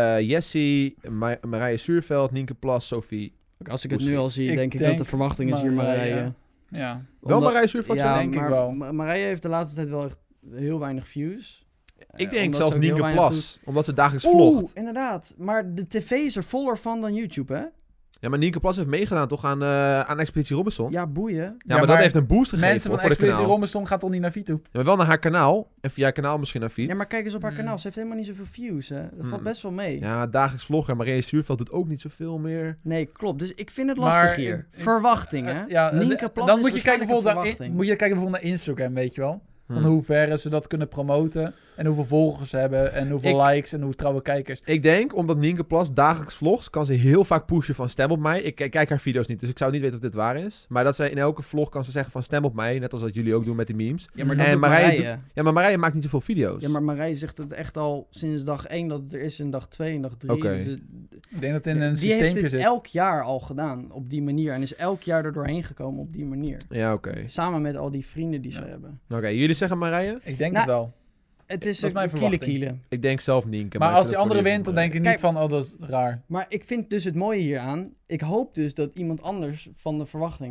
Jessie, Marije Zuurveld, Nienke Plas, Sophie. Als ik het nu al zie, denk ik dat de verwachting is hier Marije. Ja. Wel Marije Zuurveld, denk ik wel. Marije heeft de laatste tijd wel echt heel weinig views. Ik denk zelfs Nienke Plas, omdat ze dagelijks vlogt. Inderdaad. Maar de tv is er voller van dan YouTube, hè? Ja, maar Nienke Plas heeft meegedaan toch aan Expeditie Robinson? Ja, boeien. Ja, maar dat heeft een boost gegeven mensen van voor Expeditie Robinson gaat toch niet naar Vito? Ja, maar wel naar haar kanaal. En via haar kanaal misschien naar Vito. Ja, maar kijk eens op haar kanaal. Ze heeft helemaal niet zoveel views, hè. Dat valt best wel mee. Ja, dagelijks vlogger. Marije Zuurveld doet ook niet zoveel meer. Nee, klopt. Dus ik vind het lastig hier. Verwachtingen. Nienke Plas dan moet je kijken bijvoorbeeld naar Instagram, weet je wel. Van hoe ver ze dat kunnen promoten. En hoeveel volgers ze hebben. En hoeveel likes. En hoe trouwe kijkers. Ik denk, omdat Nienke Plas dagelijks vlogs, kan ze heel vaak pushen van stem op mij. Ik kijk haar video's niet, dus ik zou niet weten of dit waar is. Maar dat zij in elke vlog kan ze zeggen van stem op mij. Net als dat jullie ook doen met die memes. Ja, maar dat doet Marije. Maar Marije maakt niet zoveel video's. Ja, maar Marije zegt het echt al sinds dag 1 dat het er is en dag 2 en dag 3. Okay. Dus ik denk dat het in een systeempje zit. Die heeft het elk jaar al gedaan op die manier. En is elk jaar er doorheen gekomen op die manier. Ja, oké. Samen met al die vrienden die ze hebben. Oké, jullie zeggen Marije? Ik denk het wel. Het is een kiele. Ik denk zelf Nienke. Maar als die andere wint, dan denk ik niet van, dat is raar. Maar ik vind dus het mooie hieraan. Ik hoop dus dat iemand anders van de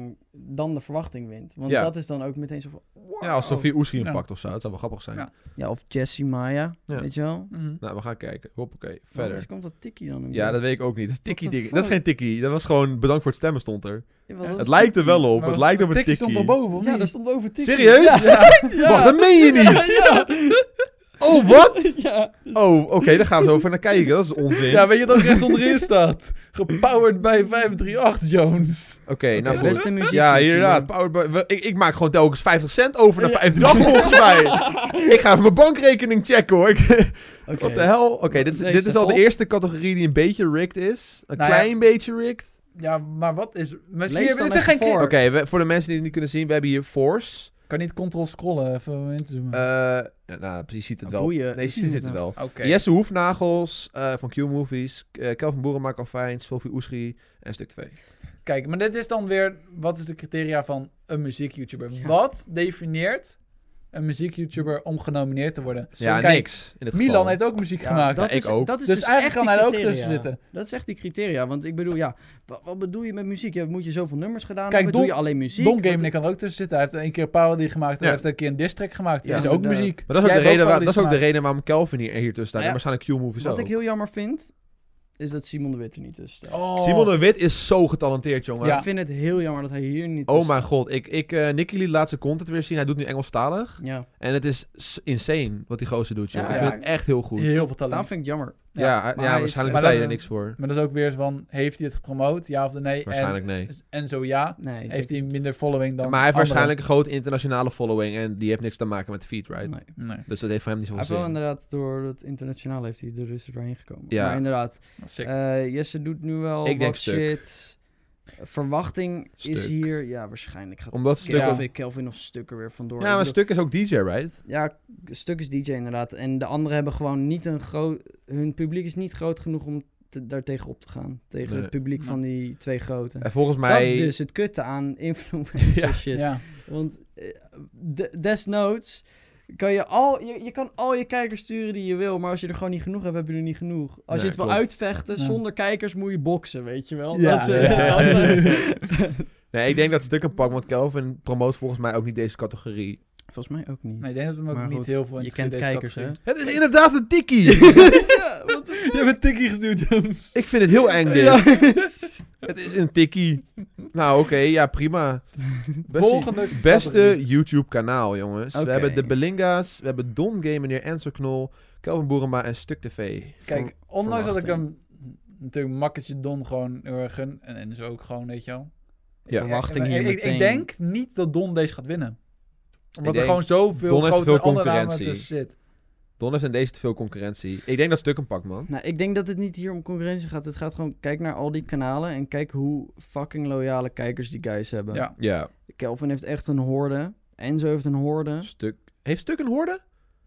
verwachting wint. Want dat is dan ook meteen zo van... Wow. Ja, als Sophie Oeschie hem pakt of zo. Het zou wel grappig zijn. Ja, of Jessie Maya. Weet je wel? Nou, we gaan kijken. Hoppakee. Verder. Dus komt dat tikkie dan? Ja, dat weet ik ook niet. Dat is tikkie. Dat is geen tikkie. Dat was gewoon bedankt voor het stemmen stond er. Ja, het lijkt er wel op. Het lijkt op een tikkie. Stond er boven, ja, daar stond boven tikkie. Serieus? Ja. Wacht, dat meen je niet. Oh, wat? Ja. Oh, oké, daar gaan we zo over naar kijken. Dat is onzin. Ja, weet je dat rechts onderin staat? Gepowered bij 538 Jones. Oké, nou goed. Beste muziek. Ja, inderdaad. Ik maak gewoon telkens 50 cent over naar 538 volgens mij. Ik ga even mijn bankrekening checken hoor. Wat de hel? Oké, dit is al de eerste categorie die een beetje rigged is. Een klein beetje rigged. Ja, maar wat is... Lees dan even voor. Oké, voor de mensen die het niet kunnen zien, we hebben hier Force. Kan niet control scrollen, even in te zoomen. Nou, precies ziet het wel. Boeien. Nee, ziet het wel. Okay. Jesse Hoefnagels van Q-Movies, Kelvin Boerema, Calvijn, Sophie Oeschie en Stuk 2. Kijk, maar dit is dan weer... Wat is de criteria van een muziek-YouTuber? Ja. Wat definieert een muziek-YouTuber om genomineerd te worden? Ja, Kijk, niks. In dit Milan geval. heeft ook muziek Ja, gemaakt. dat Ja, is, ik ook. Dat is Dus eigenlijk echt kan die hij er ook criteria. tussen zitten. Dat is echt die criteria. Want ik bedoel, wat bedoel je met muziek? Moet je zoveel nummers gedaan Kijk, hebben? Doe Don- je alleen muziek? Don Gaming kan er ook tussen zitten. Hij heeft een keer een parody gemaakt. Ja. Hij heeft een keer een diss track gemaakt. Ja, Dat is ook inderdaad. muziek. Maar dat is ook, Jij de hebt reden, parodies dat is ook de gemaakt. reden waarom Kelvin hier tussen staat. Ja. En waarschijnlijk Q-movies Wat ook. ik heel jammer vind, is dat Simon de Wit er niet tussen staat. Oh. Simon de Wit is zo getalenteerd, jongen. Ja. Ik vind het heel jammer dat hij hier niet Oh tussen mijn god. Nicky liet laatste content weer zien. Hij doet nu Engelstalig. Ja, En het is insane wat die gozer doet, jongen. Ja, Ik vind het echt heel goed. Heel veel daarom talent. vind ik het jammer. Ja, maar hij is- waarschijnlijk maar betaal je dat er is- niks voor. Maar dat is ook weer van, heeft hij het gepromoot? Ja of nee? Waarschijnlijk nee. En zo ja. Nee, ik Heeft denk- hij minder following dan Maar hij heeft anderen? waarschijnlijk een grote internationale following. En die heeft niks te maken met feed, right? nee. Nee, Hij Dus dat heeft voor hem niet zoveel heeft wel zin. inderdaad door het internationaal heeft hij er dus doorheen gekomen. Ja. Maar inderdaad, dat is sick. Jesse doet nu wel Ik wat denk stuk. shit. Verwachting is Stuk. hier, ja, waarschijnlijk gaat Omdat stuk... Kelvin of Stuk er weer vandoor. Ja, Ik maar bedoel, stuk is ook DJ, right? Ja, Stuk is DJ inderdaad. En de anderen hebben gewoon niet een groot... Hun publiek is niet groot genoeg om daartegen op te gaan. Tegen Nee. het publiek van die twee grote. En volgens Dat mij... is dus het kutte aan influencer Ja. shit. Ja. Want desnoods kan je kan al je kijkers sturen die je wil, maar als je er gewoon niet genoeg hebt, heb je er niet genoeg. Als Nee, je het wil klopt. uitvechten, Ja. zonder kijkers moet je boksen, weet je wel. Ja. Dat, Ja. Nee, ik denk dat stuk een pak, want Kelvin promoot volgens mij ook niet deze categorie. Volgens mij ook niet. Nee, ik denk dat hem ook Maar niet goed, heel veel je interesseert, kent deze kijkers, hè? categorie. Het is inderdaad een tikkie! Je hebt een tikkie gestuurd, Jones. Ik vind het heel eng, dit. Ja. Het is een tikkie. Nou, oké, ja, prima. Volgende Beste categorie. YouTube-kanaal, jongens. Oké. We hebben de Belinga's, we hebben Don Game, meneer Enzo Knol, Kelvin Boerema en Stuk TV. Kijk, ondanks dat ik verwachting. hem natuurlijk makketje Don gewoon heel erg gun. En zo ook gewoon, weet je wel. Ja. Verwachting Ja, hier ik meteen. denk niet dat Don deze gaat winnen. Omdat er denk, gewoon zoveel Don heeft grote veel andere namen concurrentie. tussen zit. Don heeft in deze te veel concurrentie. Ik denk dat Stuk een pak, man. Nou, ik denk dat het niet hier om concurrentie gaat. Het gaat gewoon, kijk naar al die kanalen en kijk hoe fucking loyale kijkers die guys hebben. Ja. Ja. Kelvin heeft echt een horde. Enzo heeft een horde. Stuk. Heeft Stuk een horde?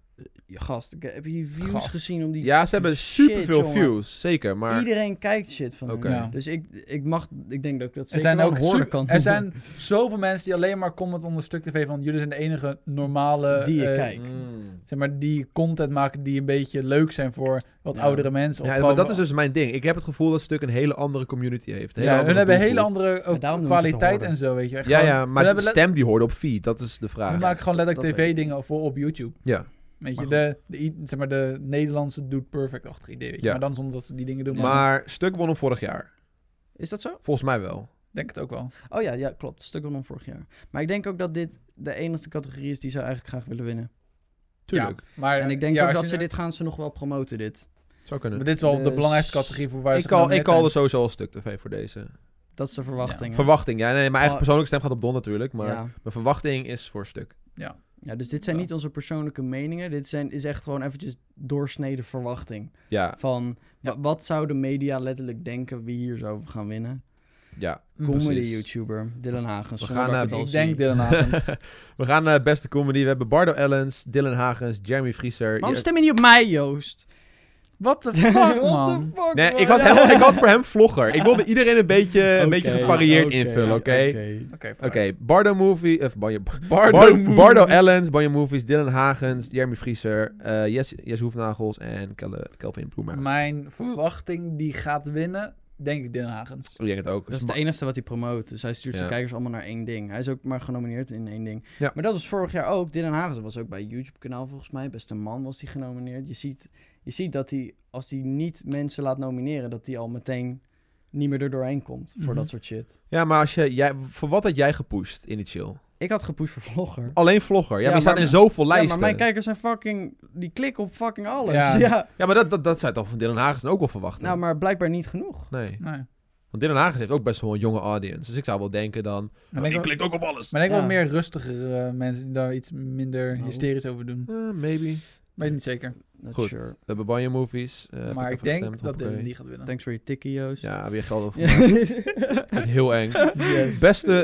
Ja, gast, heb je die views Gast. gezien om die... Ja, ze hebben Shit, superveel jongen. views. Zeker, maar... Iedereen kijkt shit van Oké. hem. Ja. Dus ik denk dat ik dat Er zeker zijn wel ook een horde kan er noemen. zijn zoveel mensen die alleen maar comment onder Stuk TV van jullie zijn de enige normale Die je kijkt. zeg maar die content maken die een beetje leuk zijn voor wat Ja. oudere mensen. Of Ja, gewoon- maar dat is dus mijn ding. Ik heb het gevoel dat Stuk een hele andere community heeft. Een hele ja, hun andere hebben doelgroep. hele andere ook Maar daarom noem ik het de kwaliteit horde. en zo, weet je. Echt Ja, gewoon- ja, we maar hebben stem die hoorde op feed. Dat is de we vraag. maken gewoon letterlijk Dat weet tv-dingen voor op YouTube. Ja. Weet je, Maar zeg maar de Nederlandse doet perfect-achtig idee, weet je. Ja. Maar dan zonder dat ze die dingen doen. Ja, Maar Stuk won hem vorig jaar. Is dat zo? Volgens mij wel. denk het ook wel. Oh ja, klopt. Stuk wel vorig jaar. Maar ik denk ook dat dit de enige categorie is die ze eigenlijk graag willen winnen. Tuurlijk. Ja, maar, En ik denk ja, ook als dat je- ze dit gaan ze nog wel promoten, dit. Zou kunnen. Maar dit is wel de Dus- belangrijkste categorie voor waar ze Ik genomineerd calde zijn. sowieso al Stuk TV voor deze. Dat is de verwachting. hè? Verwachting, ja. Nee, mijn eigen Oh. persoonlijke stem gaat op Don natuurlijk. Maar Ja. mijn verwachting is voor Stuk. Ja, dus dit zijn Ja. niet onze persoonlijke meningen. Dit is echt gewoon eventjes doorsneden verwachting. Ja, Van, Ja. wat zou de media letterlijk denken wie hier zou gaan winnen? ja. Comedy precies. YouTuber, Dylan Hagens. We zonder gaan dat naar- ik het Ik al denk zie. Dylan Hagens. We gaan naar beste comedy. We hebben Bardo Ellens, Dylan Hagens, Jeremy Vriezer. Waarom stem je niet op mij, Joost? What the fuck, What man? the fuck, Nee, man? ik had voor hem vlogger. Ik wilde iedereen een beetje gevarieerd invullen, oké? Oké, Oké, Bardo Movie... Of Bardo Bardo Ellens, Banjo Movies, Dylan Hagens, Jeremy Vriezer, Jesse Hoefnagels en Kelvin Bloemer. Mijn verwachting die gaat winnen, denk ik Dylan Hagens. Ik denk het ook. Dat is het enige wat hij promoot. Dus hij stuurt zijn Ja. kijkers allemaal naar één ding. Hij is ook maar genomineerd in één ding. Ja. Maar dat was vorig jaar ook. Dylan Hagens was ook bij YouTube-kanaal volgens mij. Beste Man was hij genomineerd. Je ziet dat hij, als hij niet mensen laat nomineren, dat hij al meteen niet meer er doorheen komt voor Mhm. dat soort shit. Ja, maar voor wat had jij gepusht initieel? Ik had gepusht voor vlogger. Alleen vlogger. Ja, maar je staat maar- in zoveel Ja, lijsten. maar mijn kijkers zijn fucking... Die klikken op fucking alles. Ja. Ja. Ja, maar dat zou je toch van Dylan Hagens dan ook wel verwachten? Nou, maar blijkbaar niet genoeg. Nee. Nee. Want Dylan Hagens heeft ook best wel een jonge audience. Dus ik zou wel denken dan... Maar die denk wel, klikt ook op alles. maar denk wel Ja. meer rustigere mensen die daar iets minder Nou. hysterisch over doen. Maybe. Weet niet zeker. Not Goed. sure. We hebben Banjo Movies. Maar ik denk dat Dylan die gaat winnen. Thanks voor je tikkie, Joost. Ja, weer geld over. Ja. Ik vind het heel eng. Yes. Beste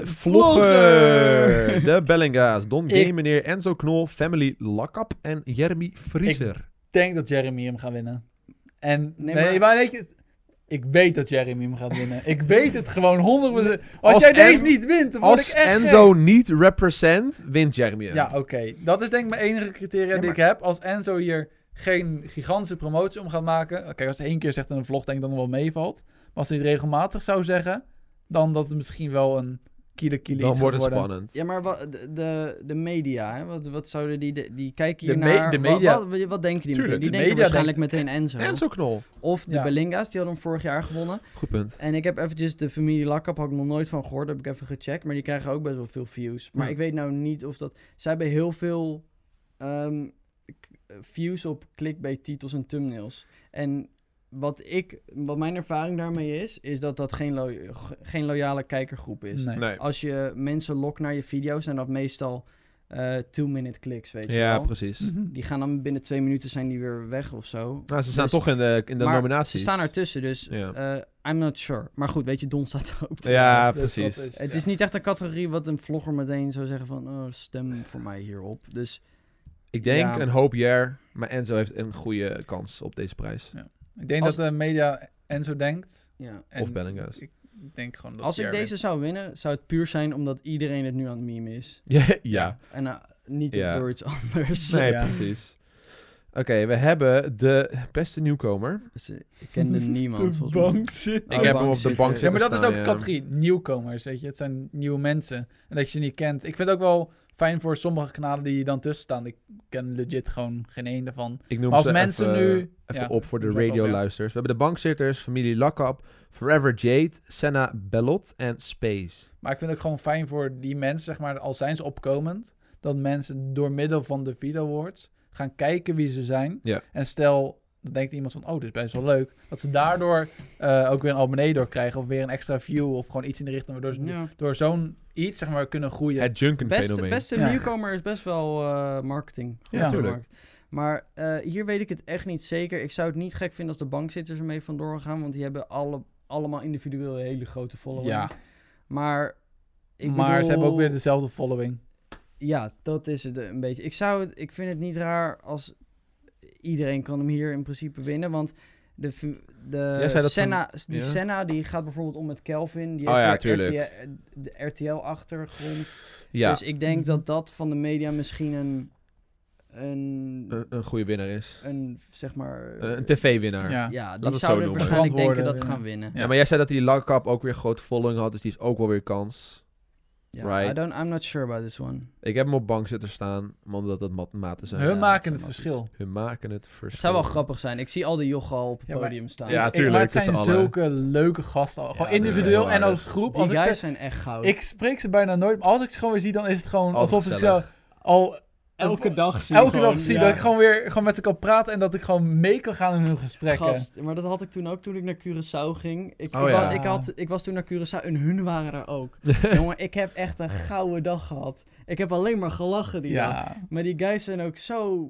vlogger. De Bellinga's. Don Game, Ik- meneer Enzo Knol, Family Lakap en Jeremy Vriezer. Ik denk dat Jeremy hem gaat winnen. En Nee, nee, maar- maar weet je, Ik weet dat Jeremy hem gaat winnen. Ik weet het gewoon 100%. Als jij deze niet wint, dan word ik echt Enzo niet represent, wint Jeremy hem. Ja, oké. Dat is denk ik mijn enige criteria die ik heb. Als Enzo hier geen gigantische promotie om gaat maken. Kijk, als hij 1 keer zegt in een vlog, denk ik dat het wel meevalt. Maar als hij het regelmatig zou zeggen, dan dat het misschien wel een kilo Dan wordt het spannend. Ja, maar de media, hè? Wat zouden die kijken hier naar? De media. Wat denken die? Tuurlijk, Die de denken media waarschijnlijk meteen Enzo. Enzo Knol. Of de Belinga's, die hadden hem vorig jaar gewonnen. Goed punt. En ik heb eventjes de familie Lakkap, had ik nog nooit van gehoord. Heb ik even gecheckt. Maar die krijgen ook best wel veel views. Maar ik weet nou niet of dat... Zij hebben heel veel views op clickbait titels en thumbnails. En wat mijn ervaring daarmee is dat geen loyale kijkergroep is. Nee. Als je mensen lokt naar je video's, zijn dat meestal 2-minute clicks, weet je wel. Ja, precies. Die gaan dan binnen 2 minuten zijn die weer weg of zo. Nou, ze staan toch in de nominaties. Ze staan ertussen, dus I'm not sure. Maar goed, weet je, Don staat er ook tussen. Ja, Dus precies. Het is niet echt een categorie wat een vlogger meteen zou zeggen van... stem voor mij hierop. Dus Ik denk een hoop jaar, maar Enzo heeft een goede kans op deze prijs. Ja. Ik denk dat de media Enzo denkt. Ja. Of Belinga's. Ik denk gewoon dat Als ik deze zou winnen, zou het puur zijn omdat iedereen het nu aan het meme is. Ja. En niet door iets anders. Nee, precies. Oké, we hebben de beste nieuwkomer. Dus, ik kende niemand volgens mij. Ik heb hem op de bank zitten. Ja, maar dat is staan, ook de categorie nieuwkomers, weet je. Het zijn nieuwe mensen. En dat je ze niet kent. Ik vind het ook wel fijn voor sommige kanalen die dan tussen staan. Ik ken legit gewoon geen één daarvan. Ik noem als ze mensen even, nu... op voor de radio-luisters. We hebben de bankzitters, familie Lakkap, Forever Jade, Senna Bellot en Space. Maar ik vind het ook gewoon fijn voor die mensen, zeg maar, al zijn ze opkomend, dat mensen door middel van de Video Awards gaan kijken wie ze zijn. Ja. En stel, dan denkt iemand van, dit is best wel leuk. Dat ze daardoor ook weer een abonnee doorkrijgen of weer een extra view of gewoon iets in de richting waardoor ze door zo'n iets, zeg maar, kunnen groeien. Het Junken-fenomeen. Beste nieuwkomer is best wel marketing. Ja, natuurlijk. Maar hier weet ik het echt niet zeker. Ik zou het niet gek vinden als de bankzitters ermee vandoor gaan, want die hebben allemaal individueel een hele grote following. Ja. Maar ze hebben ook weer dezelfde following. Ja, dat is het een beetje. Ik vind het niet raar als iedereen kan hem hier in principe winnen, want Senna die gaat bijvoorbeeld om met Kelvin. Die heeft de RTL-achtergrond. Ja. Dus ik denk dat van de media misschien een goede winnaar is. Een tv-winnaar. Ja, die zouden waarschijnlijk denken dat gaan winnen. Ja, maar jij zei dat die Lakkap ook weer grote following had, dus die is ook wel weer kans. Ja, right. I'm not sure about this one. Ik heb hem op bank zitten staan, omdat dat maten zijn. Hun maken het verschil. Het zou wel grappig zijn. Ik zie al die jochen al op het podium staan. Ja, tuurlijk. Maar het zijn zulke leuke gasten. Gewoon individueel en als groep. Die guys zijn echt goud. Ik spreek ze bijna nooit, maar als ik ze gewoon weer zie, dan is het gewoon alsof ik ze al... Elke dag zie dat ik gewoon met ze kan praten en dat ik gewoon mee kan gaan in hun gesprekken. Gast, maar dat had ik toen ook toen ik naar Curaçao ging. Ik was toen naar Curaçao en hun waren er ook. Jongen, ik heb echt een gouden dag gehad. Ik heb alleen maar gelachen die dag. Maar die guys zijn ook zo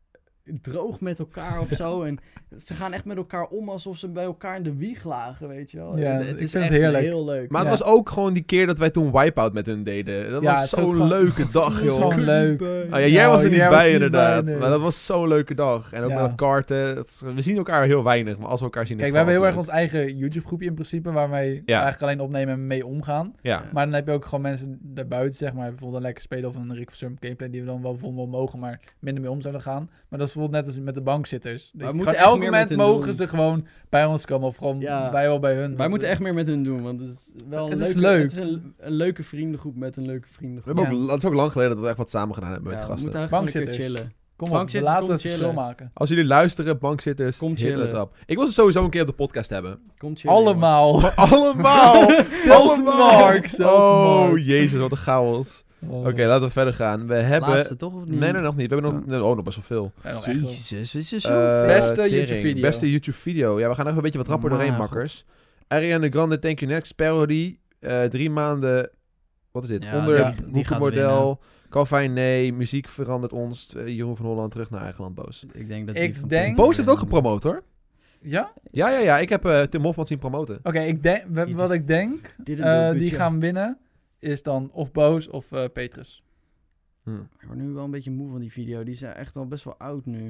droog met elkaar of zo. En ze gaan echt met elkaar om alsof ze bij elkaar in de wieg lagen, weet je wel. Ja, het is echt heel leuk. Maar het was ook gewoon die keer dat wij toen Wipeout met hun deden. Dat was zo'n leuke dag, joh. Gewoon leuk. Jij was er niet bij, inderdaad. Nee. Maar dat was zo'n leuke dag. En ook met dat karten. We zien elkaar heel weinig, maar als we elkaar zien... Kijk, we hebben heel erg ons eigen YouTube-groepje in principe, waar wij eigenlijk alleen opnemen en mee omgaan. Ja. Maar dan heb je ook gewoon mensen daarbuiten, zeg maar, bijvoorbeeld een lekker spelen of een Rick van Surm gameplay, die we dan wel bijvoorbeeld mogen, maar minder mee om zouden gaan. Maar dat is bijvoorbeeld net als met de bankzitters. Elk moment mogen ze gewoon bij ons komen of gewoon wij wel bij hun. Wij moeten echt meer met hun doen, want het is wel leuk. Het is een leuke vriendengroep met een leuke vriendengroep. Het is ook lang geleden dat we echt wat samen gedaan hebben met gasten. We moeten eigenlijk gewoon een keer chillen. Kom op, laten het verschil maken. Als jullie luisteren, bankzitters, kom chillen. Ik wil ze sowieso een keer op de podcast hebben. Kom chillen. Allemaal. Allemaal. Zelfs Mark. Jezus, wat een chaos. Oké, laten we verder gaan. We hebben... Laatste toch of niet? Nee, nog niet. We hebben nog best wel veel. Jezus, is er zoveel? Beste YouTube video. Ja, we gaan even een beetje wat rapper doorheen, makkers. Ariana Grande, Thank You Next, Parody. 3 maanden... Wat is dit? Boekenmodel. Calvin, nee. Muziek verandert ons. Jeroen van Holland terug naar eigen land, Boos. Ik denk dat Boos heeft ook gepromoot, hoor. Ja? Ja. Ik heb Tim Hofman zien promoten. Oké, wat ik denk die gaan winnen is dan of Boos of Petrus. Ik word nu wel een beetje moe van die video. Die is echt al best wel oud nu.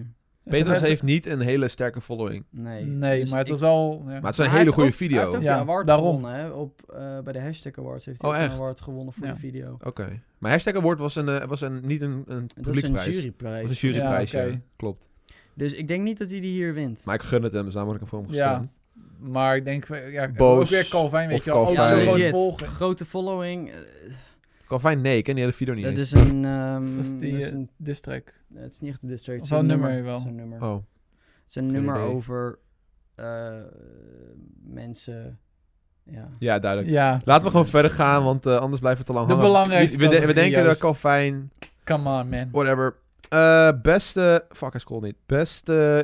Petrus heeft niet een hele sterke following. Nee, dus maar het was wel... Ja. Maar het is een hele goede video. Hij heeft ook Ja, de award daarom. gewonnen, hè. Bij de Hashtag Awards heeft hij ook echt? een award gewonnen voor Ja. de video. Oké. Maar Hashtag Award was niet een Dat is een publiekprijs. Het juryprijs. was een juryprijs, Ja, ja. oké. Klopt. Dus ik denk niet dat hij die hier wint. Maar ik gun het hem, dus daarom heb ik hem voor hem Ja. gestemd. Maar ik denk... Ja, Boos. ook weer Calvin, weet Of je wel. Ook Calvin. zo'n Ja, grote legit. volger. Grote following. Calvin, nee, ik ken die hele video niet Dat eens. is een... Dat is die dat is een diss track. het is niet echt een diss track. Het Of is wel een een nummer nummer. wel. Het is een nummer. Oh, Het is een Geen nummer idee. over mensen... Ja. ja, duidelijk. Ja, Laten we gewoon verder gaan, want anders blijft het te lang De hangen. belangrijkste We denken categorie, dat juist. Calvin, come on, man. whatever. Beste... Fuck, hij scrolt niet. Beste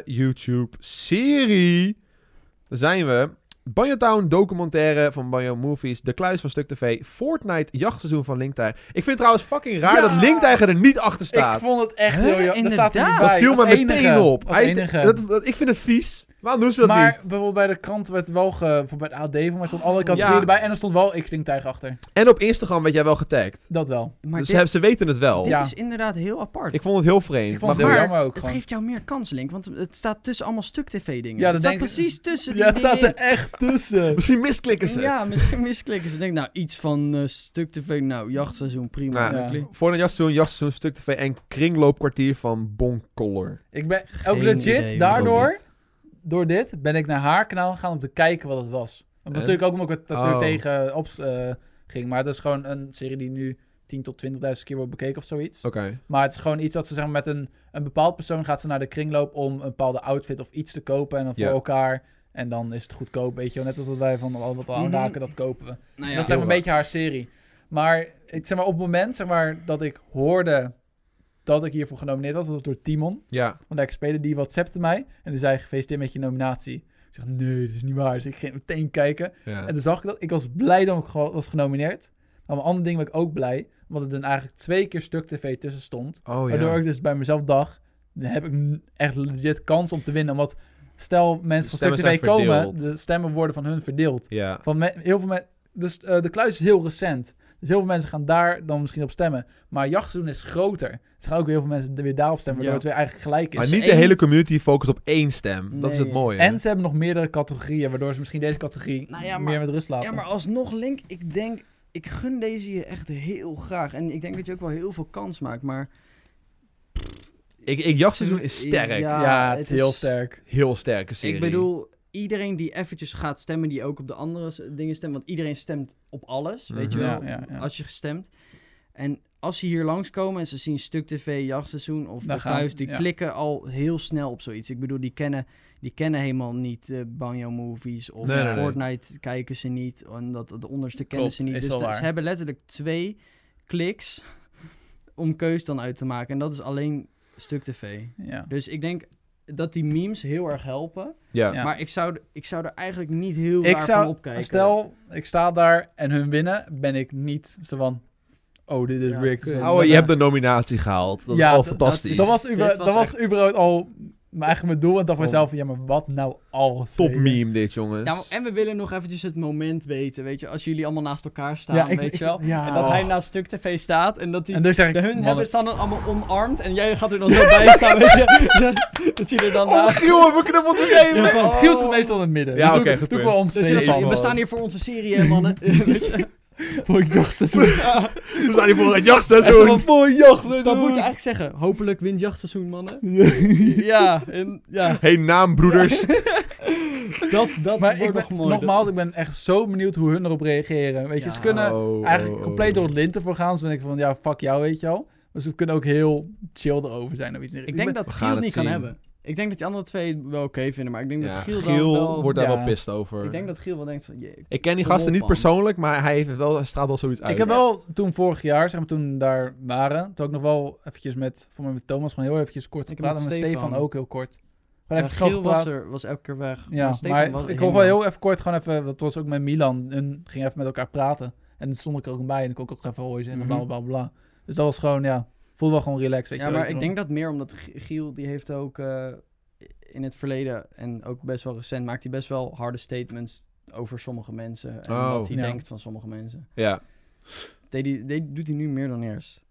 YouTube-serie. Daar zijn we. Banjo Town documentaire van Banjo Movies. De Kluis van Stuk TV. Fortnite jachtseizoen van Linktijger. Ik vind het trouwens fucking raar Ja! dat Linktijger er niet achter staat. Ik vond het echt Huh? heel jammer. Dat staat er niet Inderdaad. bij. Dat viel als me meteen enige. op. Als Hij is enige. ik vind het vies. Waarom doen ze dat maar niet? bijvoorbeeld bij de krant werd wel voor bij het AD voor mij stond alle categorieën Ja. erbij en er stond wel X-Linktijger achter. En op Instagram werd jij wel getagd. Dat wel. Maar Dus dit, ze weten het wel. dit Ja. is inderdaad heel apart. Ik vond het heel vreemd. Ik vond het Maar heel goed. jammer ook Het gewoon. geeft jou meer kans, Link. Want het staat tussen allemaal Stuk TV-dingen. Ja, het dat staat denk ik- precies tussen Ja, het die staat er dingen. echt tussen. Misschien misklikken ze. Ja, misschien misklikken ze. Denk nou, iets van Stuk TV. Nou, jachtseizoen, prima. Ja. Exactly. Voor een jachtseizoen, Stuk TV en kringloopkwartier van Boncolor. Ik ben Geen ook legit idee, daardoor, niet. door dit, ben ik naar haar kanaal gegaan om te kijken wat het was. Want En? natuurlijk ook omdat ik het Oh. er tegen op ging. Maar het is gewoon een serie die nu 10.000 tot 20.000 keer wordt bekeken of zoiets. Oké. Maar het is gewoon iets dat ze zeggen met een bepaald persoon gaat ze naar de kringloop om een bepaalde outfit of iets te kopen. En dan voor Ja. elkaar. En dan is het goedkoop, weet je wel. Net als wat wij van al wat we aanraken, dat kopen we. Nou ja, dat is zeg maar een beetje haar serie. Maar, zeg maar op het moment zeg maar, dat ik hoorde dat ik hiervoor genomineerd was door Timon. Ja. Want Lekker Spelen, die WhatsAppte mij. En die zei, gefeliciteerd met je nominatie. Ik zeg, nee, dat is niet waar. Dus ik ging meteen kijken. Ja. En toen zag ik dat. Ik was blij dat ik was genomineerd. Maar een ander ding ben ik ook blij. Omdat er dan eigenlijk 2 keer Stuk TV tussen stond. Oh Waardoor ja. ik dus bij mezelf dacht, dan heb ik echt legit kans om te winnen. Omdat stel mensen van Stuk stemmen TV zijn komen, verdeeld. de stemmen worden van hun verdeeld. Ja. Heel veel dus de kluis is heel recent. Dus heel veel mensen gaan daar dan misschien op stemmen. Maar jachtseizoen is groter. Dus gaan ook heel veel mensen weer daarop stemmen. Waardoor het weer eigenlijk gelijk is. Maar niet de één- hele community focust op 1 stem. Dat is het Nee. mooie. En ze hebben nog meerdere categorieën. Waardoor ze misschien deze categorie Nou ja, meer met rust laten. Ja, maar alsnog, Link, ik denk... Ik gun deze je echt heel graag. En ik denk dat je ook wel heel veel kans maakt, maar... Jachtseizoen is sterk. Ja, het is heel sterk. Heel sterke serie. Ik bedoel, iedereen die eventjes gaat stemmen, die ook op de andere dingen stemt, want iedereen stemt op alles, weet je Mhm. wel, Ja. als je stemt. En als ze hier langskomen en ze zien Stuk TV, Jachtseizoen of Dan de gaan- Kluis, die ja. klikken al heel snel op zoiets. Ik bedoel, die kennen helemaal niet Banjo Movies of Nee. Fortnite kijken ze niet. En de onderste kennen Klopt, ze niet. is Dus wel waar. ze hebben letterlijk 2 kliks om keus dan uit te maken. En dat is alleen Stuk TV. Ja. Dus ik denk dat die memes heel erg helpen. Ja. Ja. Maar ik zou er eigenlijk niet heel Ik raar van zou, opkijken. stel, ik sta daar en hun winnen, ben ik niet zo van, oh, dit is Ja, rigged. kut. Zo. Oh, je hebt de nominatie gehaald. Dat Ja, is al dat- fantastisch. Dat was, Dit überhaupt- was dat was echt- überhaupt al mijn doel. En dacht voor Oh. mezelf, ja, maar wat nou alles? Top weet je? meme dit, jongens. Ja, en we willen nog eventjes het moment weten, weet je. Als jullie allemaal naast elkaar staan, Ja, weet je wel. ja. En dat hij Oh. naast Stuk TV staat en dat die... En dus zeg ik, hun mannen, hebben staan dan allemaal omarmd en jij gaat er dan zo bij staan, weet je. Dat je er dan Oh, naast... Giel, we knuppelt gegeven. ja, van, Oh. Giel staat meestal in het midden. Ja, Dus oké, doe- goed doe ik punt. wel ons Dat je dan Serieus, zo, man. we staan hier voor onze serie, hè, mannen. Weet je. voor jachtseizoen. We staan hier voor het En zo jachtseizoen. van, voor jachtseizoen. Dat moet je eigenlijk zeggen. Hopelijk wint jachtseizoen, mannen. Ja, en ja. Hey, naambroeders. Maar Dat wordt ik ben, nog mooi. nogmaals, ik ben echt zo benieuwd hoe hun erop reageren. Weet je, Ja. ze kunnen Oh, eigenlijk oh, compleet oh. door het lint ervoor gaan. Dus dan denk ik van, ja, fuck jou, weet je wel. Maar ze kunnen ook heel chill erover zijn of iets. Ik denk dat We gaan Giel het het niet kan zien. hebben. Ik denk dat die andere twee wel oké vinden, maar ik denk Ja, dat Giel, Giel dan wel... wordt daar Ja. wel pissed over. Ik denk dat Giel wel denkt van... Jee, Ik ken die Kom gasten op, niet man. persoonlijk, maar hij straalt wel zoiets uit. Ik heb wel toen vorig jaar, zeg maar toen daar waren, toen ook nog wel eventjes met Thomas gewoon heel eventjes kort Ik heb gepraat. En met met Stefan Stefan ook heel kort. Gewoon ja, even snel Giel gepraat. was elke keer weg. Ja, Stefan maar was ik wil helemaal- wel heel even kort gewoon even, dat was ook met Milan, en ging even met elkaar praten. En dan stond ik er ook bij en ik kon ook even voice en Mhm. bla bla bla. Dus dat was gewoon, ja, voelde wel gewoon relaxed, weet Ja, je maar wel. ik denk dat meer omdat Giel, die heeft ook in het verleden en ook best wel recent, maakt hij best wel harde statements over sommige mensen. En Oh. wat hij Ja. denkt van sommige mensen. Ja. Doet hij nu meer dan eerst.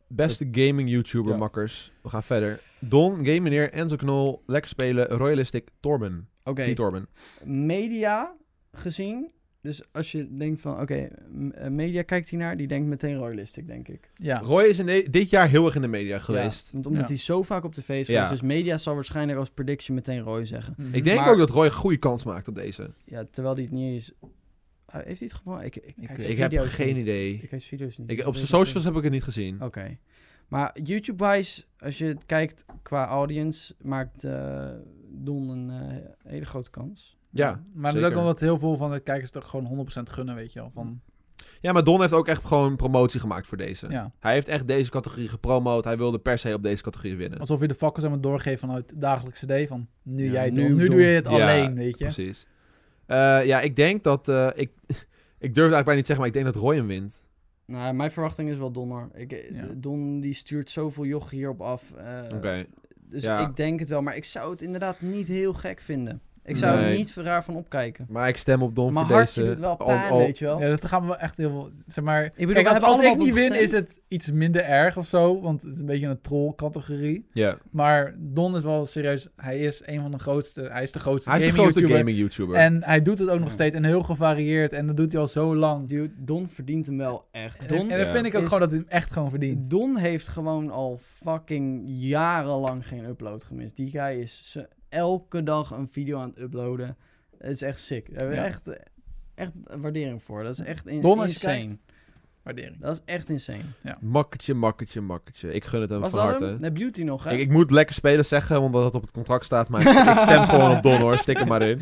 Beste gaming YouTuber, Ja. makkers. We gaan verder. Don, Game Meneer, Enzo Knol, Lekker Spelen, Royalistic, Torben. Oké, Torben. media gezien. Dus als je denkt van, media kijkt hiernaar, die denkt meteen Royalistic, denk ik. Ja. Roy is dit jaar heel erg in de media geweest. Ja, want omdat Ja. hij zo vaak op tv is geweest, Ja. dus media zal waarschijnlijk als prediction meteen Roy zeggen. Mhm. Ik denk Maar- ook dat Roy een goede kans maakt op deze. Ja, terwijl hij het niet is... Heeft hij het gewoon? Ik kijk zijn Ik heb video's geen niet. idee. Ik kijk zijn video's niet. Op Dus zijn weet ik socials niet. heb ik het niet gezien. Oké. Maar YouTube-wise, als je het kijkt qua audience, maakt Don een hele grote kans. Ja, Maar er is zeker. ook wel wat heel veel van de kijkers toch gewoon 100% gunnen, weet je wel. Van, Ja, maar Don heeft ook echt gewoon promotie gemaakt voor deze. ja. Hij heeft echt deze categorie gepromoot. Hij wilde per se op deze categorie winnen. Alsof je de vakken zeg maar doorgeeft vanuit het dagelijkse D. Van, nu Ja, jij nu Don, nu Don. doe je het Ja, alleen, weet je. Precies. Ja, ik denk dat... ik durf het eigenlijk bijna niet te zeggen, maar ik denk dat Roy hem wint. Nou, mijn verwachting is wel Don, hoor. Ja. Don die stuurt zoveel joch hierop af. Oké. Dus Ja. ik denk het wel. Maar ik zou het inderdaad niet heel gek vinden. Ik zou er Nee. niet raar van opkijken. Maar ik stem op Don Mijn voor hartje deze. doet wel pijn, weet je wel. Ja, dat gaan we wel echt heel veel... Zeg maar, bedoel, kijk, we hebben als ik allemaal niet win, gestemd. is het iets minder erg of zo. Want het is een beetje een troll-categorie. Ja. Maar Don is wel serieus... Hij is een van de grootste... Hij is de grootste Hij is de grootste gaming-YouTuber. gaming-YouTuber. En hij doet het ook nog Ja. steeds en heel gevarieerd. En dat doet hij al zo lang. Dude, Don verdient hem wel echt. En Don, dan Ja. vind ik ook is- gewoon dat hij hem echt gewoon verdient. Don heeft gewoon al fucking jarenlang geen upload gemist. Die guy is elke dag een video aan het uploaden. Het is echt sick. Daar hebben we Ja. echt waardering voor. Dat is echt Don, als je insane. kijkt. Waardering. Dat is echt insane. Makkertje. Ik gun het hem Was van dat harte. hem? Nee, Beauty nog, hè? Ik moet lekker spelen zeggen, omdat het op het contract staat. Maar ik stem gewoon op Don, hoor. Stik hem maar in.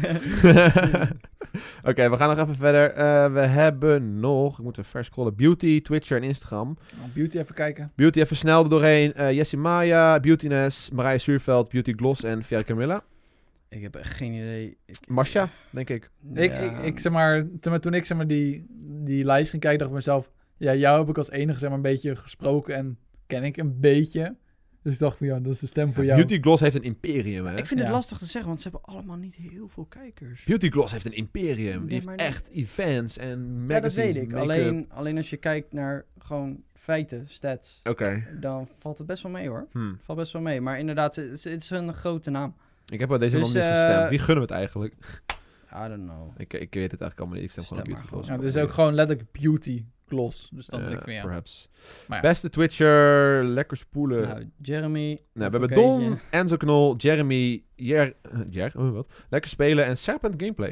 Oké, we gaan nog even verder. We hebben nog... Ik moet even vers scrollen. Beauty, Twitcher en Instagram. Beauty even kijken. Beauty even snel er doorheen. Jessie Maya, Beautyness, Marije Zuurveld, Beauty Gloss en Vera Camilla. Ik heb echt geen idee. Masha, denk ik. Ik zeg maar, toen ik zeg maar die lijst ging kijken, dacht ik mezelf, ja, jou heb ik als enige zeg maar een beetje gesproken en ken ik een beetje. Dus ik dacht van ja, dat is de stem voor jou. Beauty Gloss heeft een imperium, hè? Ik vind het Ja. lastig te zeggen, want ze hebben allemaal niet heel veel kijkers. Beauty Gloss heeft een imperium. Die heeft maar echt events en Ja, dat magazines, weet ik. make-up. Alleen als je kijkt naar gewoon feiten, stats, Oké. dan valt het best wel mee, hoor. Hm. Valt best wel mee. Maar inderdaad, het is een grote naam. Ik heb wel deze Dus, man niet gestemd. Wie gunnen we het eigenlijk? I don't know. Ik weet het eigenlijk allemaal niet. Ik stem gewoon op Stem Beauty maar Gloss. Ja, het is ook gewoon letterlijk beauty gloss. Dus dan Ja, denk ik van ja. perhaps. Maar ja. Beste Twitcher, lekker spoelen. Nou, Jeremy. Nou, we hebben Hoppakeetje. Don, Enzo Knol, Jeremy, wat? Lekker spelen en Serpent Gameplay.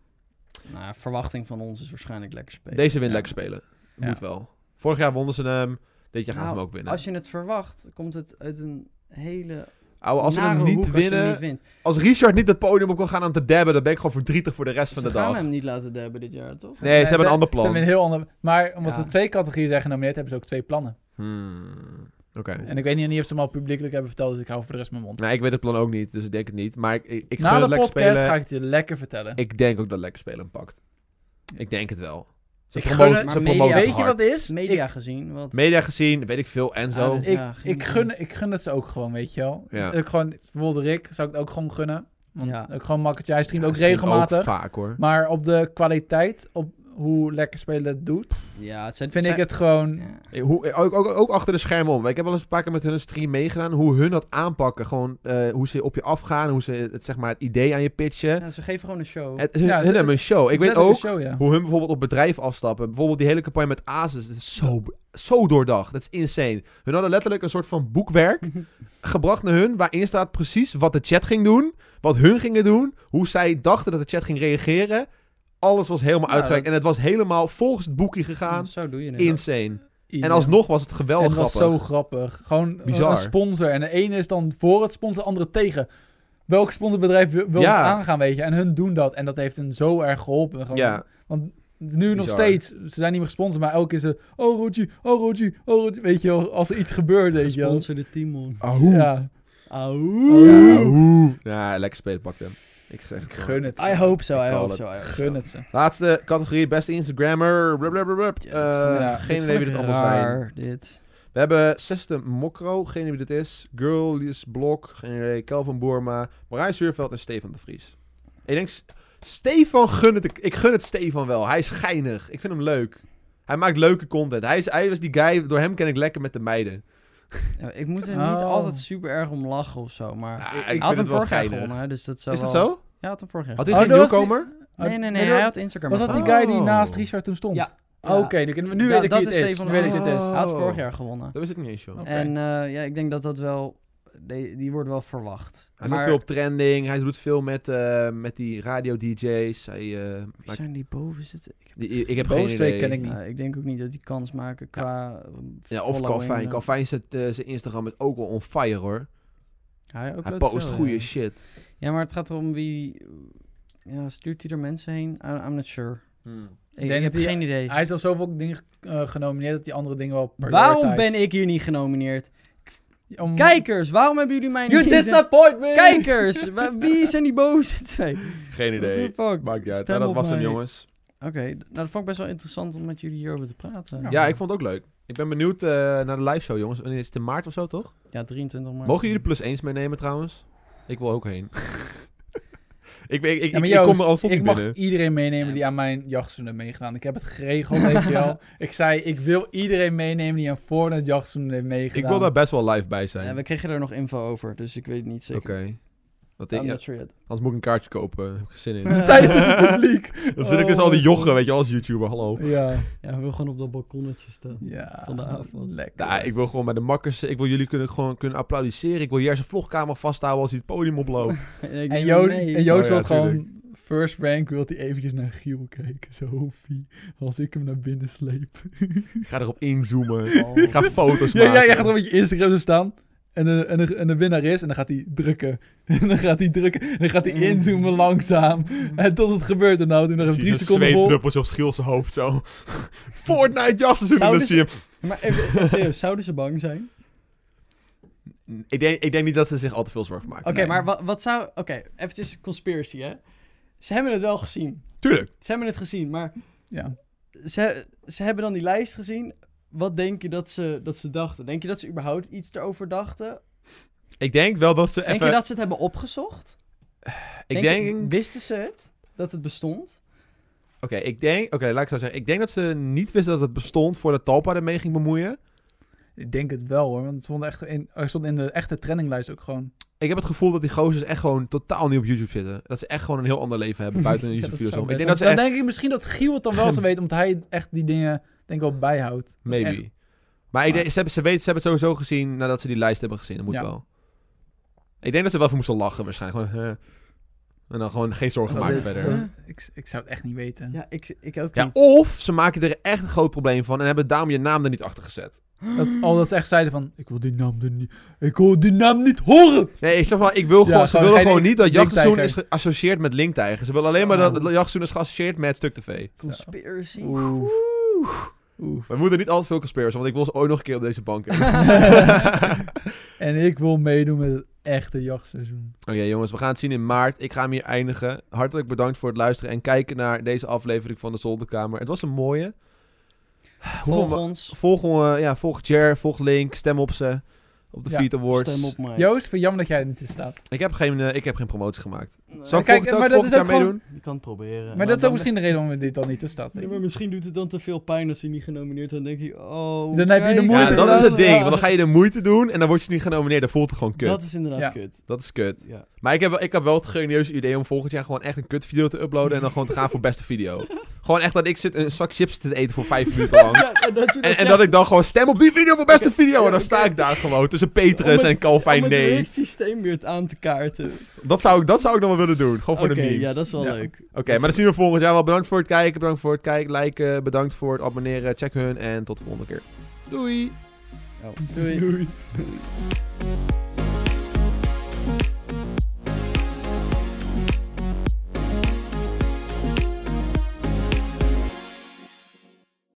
Nou, verwachting van ons is waarschijnlijk lekker spelen. Deze wint Ja. lekker spelen. Ja. Moet wel. Vorig jaar wonnen ze hem. Dit jaar gaan ze Nou, hem ook winnen. Als je het verwacht, komt het uit een hele Ouwe, als ze nare hem hoek niet als je hem winnen... niet wint. Als Richard niet het podium op kan gaan aan te dabben... dan ben ik gewoon verdrietig voor de rest van Ze de gaan dag. hem niet laten dabben dit jaar, toch? Nee, ze hebben een ander Ze hebben plan. een heel ander... Maar omdat Ja. ze 2 categorieën zijn genomineerd, hebben ze ook 2 plannen. Oké. En ik weet niet of ze hem al publiekelijk hebben verteld, dus ik hou voor de rest mijn mond. Nou, ik weet het plan ook niet, dus ik denk het niet. Maar ik gun Na het de lekker podcast spelen. ga ik het je lekker vertellen. Ik denk ook dat lekker spelen hem pakt. Ik denk het wel. Ze Ik promoten- gun het- ze maar promoten Weet het je hard. wat het is? Media gezien, wat... Media gezien, weet ik veel, en zo. Ah, Ja, geen Ik gun het ze ook gewoon, weet je wel. Ja. Ik gewoon, bijvoorbeeld Rick zou ik het ook gewoon gunnen. Want Ja. ook gewoon makkelijk. Hij streamt ook Ja, stream regelmatig. Ook vaak, hoor. Maar op de kwaliteit, op hoe lekker spelen het doet, Ja, het zijn, vind ik het gewoon... Ja. Ook achter de schermen om. Ik heb wel eens een paar keer met hun stream meegedaan. Hoe hun dat aanpakken. Gewoon hoe ze op je afgaan. Hoe ze het, zeg maar, het idee aan je pitchen. Ja, ze geven gewoon een show. Hun Ja, hun hebben een show. Ik het is weet letterlijk ook een show, ja. hoe hun bijvoorbeeld op bedrijf afstappen. Bijvoorbeeld die hele campagne met Asus. Dat is zo doordacht. Dat is insane. Hun hadden letterlijk een soort van boekwerk gebracht naar hun. Waarin staat precies wat de chat ging doen. Wat hun gingen doen. Hoe zij dachten dat de chat ging reageren. Alles was helemaal Ja, uitgewerkt. dat- En het was helemaal volgens het boekje gegaan. Zo doe je het. Insane. En Ja. alsnog was het geweldig En het was grappig. zo grappig. Gewoon Bizar. een sponsor. En de ene is dan voor het sponsor, de andere tegen. Welk sponsorbedrijf wil Ja. het aangaan, weet je? En hun doen dat. En dat heeft hen zo erg geholpen. Gewoon, Ja. Want het is nu nog Bizar. steeds, ze zijn niet meer gesponsord, maar elke keer ze, oh Rogie, weet je wel, als er iets gebeurt, weet je wel. Gesponsorde Timon. Ja, Ja, lekker spelen pakt hem. Ik zeg het ik gewoon. gun het. I hope so, Ik I call hope it. so, I hope so. Gun het ze. Laatste categorie, beste Instagrammer. Ja, Geen idee wie dit allemaal zijn. raar, dit. We hebben Seste Mokro, geen idee wie dit is. Girlies Blok, geen idee. Kelvin Boerma, Marije Zuurveld en Stefan de Vries. Ik denk, Stefan ik gun het Stefan wel. Hij is geinig. Ik vind hem leuk. Hij maakt leuke content. Hij was die guy, door hem ken ik lekker met de meiden. Ja, ik moet er niet altijd super erg om lachen of zo, maar... Ja, hij had hem vorig jaar gewonnen, hè, dus dat zou Is dat wel... zo? Ja, hij had hem vorig jaar Had gewonnen. hij geen nieuwkomer? Nee, hij had Instagram. Was dat die Oh. guy die naast Richard toen stond? Ja. Oké, nu weet ik wie het is. Stefan Nu weet ik wie het is. Hij had vorig jaar gewonnen. Dat wist ik niet eens, joh. Oké. En ik denk dat dat wel... Die wordt wel verwacht. Hij zit veel op trending. Hij doet veel met die radio-dj's. Wie zijn die boven zitten? Ik heb geen Boostreek idee. ken ik niet. Ik denk ook niet dat die kans maken qua... Ja, of Calvin. Calvin zijn Instagram is ook wel on fire, hoor. Hij Post goede shit. Ja, maar het gaat erom wie... Ja, stuurt hij er mensen heen? I'm not sure. Ik heb geen idee. Hij is al zoveel dingen genomineerd dat die andere dingen wel Waarom ben ik hier niet genomineerd? Kijkers, waarom hebben jullie mij niet... You disappoint me! Kijkers! Wie zijn die boze twee? Geen idee. Fuck? Maakt niet uit. Stem Dat op was hem, mij. jongens. Oké, nou dat vond ik best wel interessant om met jullie hierover te praten. Ja. Ja, ik vond het ook leuk. Ik ben benieuwd naar de live show, jongens. Wanneer is het in maart of zo, toch? Ja, 23 maart. Mogen jullie +1 meenemen, trouwens? Ik wil ook heen. ik Ja, maar ik kom Joost, er al stond ik niet mag binnen. iedereen meenemen die aan mijn jachtseizoen heeft meegedaan. Ik heb het geregeld, weet je wel. Ik zei, ik wil iedereen meenemen die aan Fortnite jachtseizoen heeft meegedaan. Ik wil daar best wel live bij zijn. Ja, we kregen er nog info over, dus ik weet het niet zeker. Oké. Want I'm ja, not sure yet. anders moet ik een kaartje kopen. Daar heb ik geen zin in. Dan zei het tussen het publiek. Dan zit ik dus al die jochen, weet je, als YouTuber. Hallo. Ja. Ja, we willen gewoon op dat balkonnetje staan. Ja. Van de avond. Lekker. Ja, ik wil gewoon bij de makkers. Ik wil jullie kunnen applaudisseren. Ik wil Jer zijn vlogkamer vasthouden als hij het podium oploopt. En Joost Oh wil ja, gewoon... First rank wil hij eventjes naar Giel kijken. Zo, Fie. Als ik hem naar binnen sleep. Ik ga erop inzoomen. Oh. Ik ga foto's Ja, maken. jij gaat er op je Instagram zo staan. En de winnaar is. En dan gaat hij drukken. En dan gaat hij drukken. En dan gaat hij inzoomen langzaam. En tot het gebeurt. En nou doen we nog Ik even zie 3 zo'n seconden vol. zweetdruppels op Schiel zijn hoofd zo. Fortnite jassen. Dan zie je hem. Maar even serieus, zouden ze bang zijn? Ik denk niet dat ze zich al te veel zorgen maken. Oké, maar wat zou... Oké, eventjes conspiracy, hè. Ze hebben het wel gezien. Tuurlijk. Ze hebben het gezien, maar... Ja. Ze hebben dan die lijst gezien. Wat denk je dat ze dachten? Denk je dat ze überhaupt iets erover dachten? Ik denk wel dat ze Denk je dat ze het hebben opgezocht? Wisten ze het? Dat het bestond? Oké, laat ik zo zeggen. Ik denk dat ze niet wisten dat het bestond voordat Talpa ermee ging bemoeien. Ik denk het wel hoor. Want het stond in de echte trendinglijst ook gewoon. Ik heb het gevoel dat die gozers echt gewoon totaal niet op YouTube zitten. Dat ze echt gewoon een heel ander leven hebben buiten een YouTube-video's. zou Ik best- denk dat ze dan echt... denk ik misschien dat Giel het dan wel zo weet. Omdat hij echt die dingen denk ik wel bijhoudt. Maybe. Echt. Maar ik denk, ze hebben het sowieso gezien nadat ze die lijst hebben gezien. Dat moet Ja. wel. Ik denk dat ze wel voor moesten lachen waarschijnlijk. Gewoon, en dan gewoon geen zorgen Dat maken is- verder. Ik zou het echt niet weten. Ja, ik ook Ja, niet. of ze maken er echt een groot probleem van en hebben daarom je naam er niet achter gezet. Dat ze echt zeiden van, ik wil die naam niet horen. Nee, ik zeg maar, ik wil Ja, ze gewoon willen geen gewoon niet dat jachtseizoen linktijger. is geassocieerd met linktijger. Ze willen alleen maar dat het jachtseizoen is geassocieerd met Stuk TV. Conspiracy. Oeh. We moeten niet al te veel conspiracy, want ik wil ze ooit nog een keer op deze bank hebben. En ik wil meedoen met het echte jachtseizoen. Oké, jongens, we gaan het zien in maart. Ik ga hem hier eindigen. Hartelijk bedankt voor het luisteren en kijken naar deze aflevering van de Zolderkamer. Het was een mooie. Volg ons. Volg Jer, volg Link, stem op ze. Op de Ja, Feet Awards. Stem op mij. Joost, vind jammer dat jij er niet in staat. Ik heb geen promotie gemaakt. Nee. Zal ik Kijk, volgend maar dat volgend is jaar ook gewoon- meedoen? Je kan het proberen. Maar dat is ook misschien de reden waarom er dit dan niet tussen staat. Ja, maar misschien doet het dan te veel pijn als hij niet genomineerd wordt. Dan denk je, oh... Dan heb je de kijk. moeite Ja, dat gedaan. is het ding. Want dan ga je de moeite doen en dan word je niet genomineerd. Dan voelt het gewoon kut. Dat is inderdaad Ja. kut. Dat is kut. Ja. Maar ik heb wel het genieuze idee om volgend jaar gewoon echt een kutvideo te uploaden en dan gewoon te gaan voor beste video. Gewoon echt dat ik zit een zak chips te eten voor 5 minuten lang. Ja, en dat je En dat ik dan gewoon stem op die video voor beste video. En dan ja, sta oké. ik daar gewoon tussen Petrus en Calvin Om het nee. werksysteem weer aan te kaarten. Dat zou ik dan wel willen doen. Gewoon voor Oké, de memes. ja, dat is wel Ja. leuk. Oké, maar dan zien we volgend jaar wel. Bedankt voor het kijken, bedankt voor het liken, bedankt voor het abonneren. Check hun en tot de volgende keer. Doei! Doei. Doei.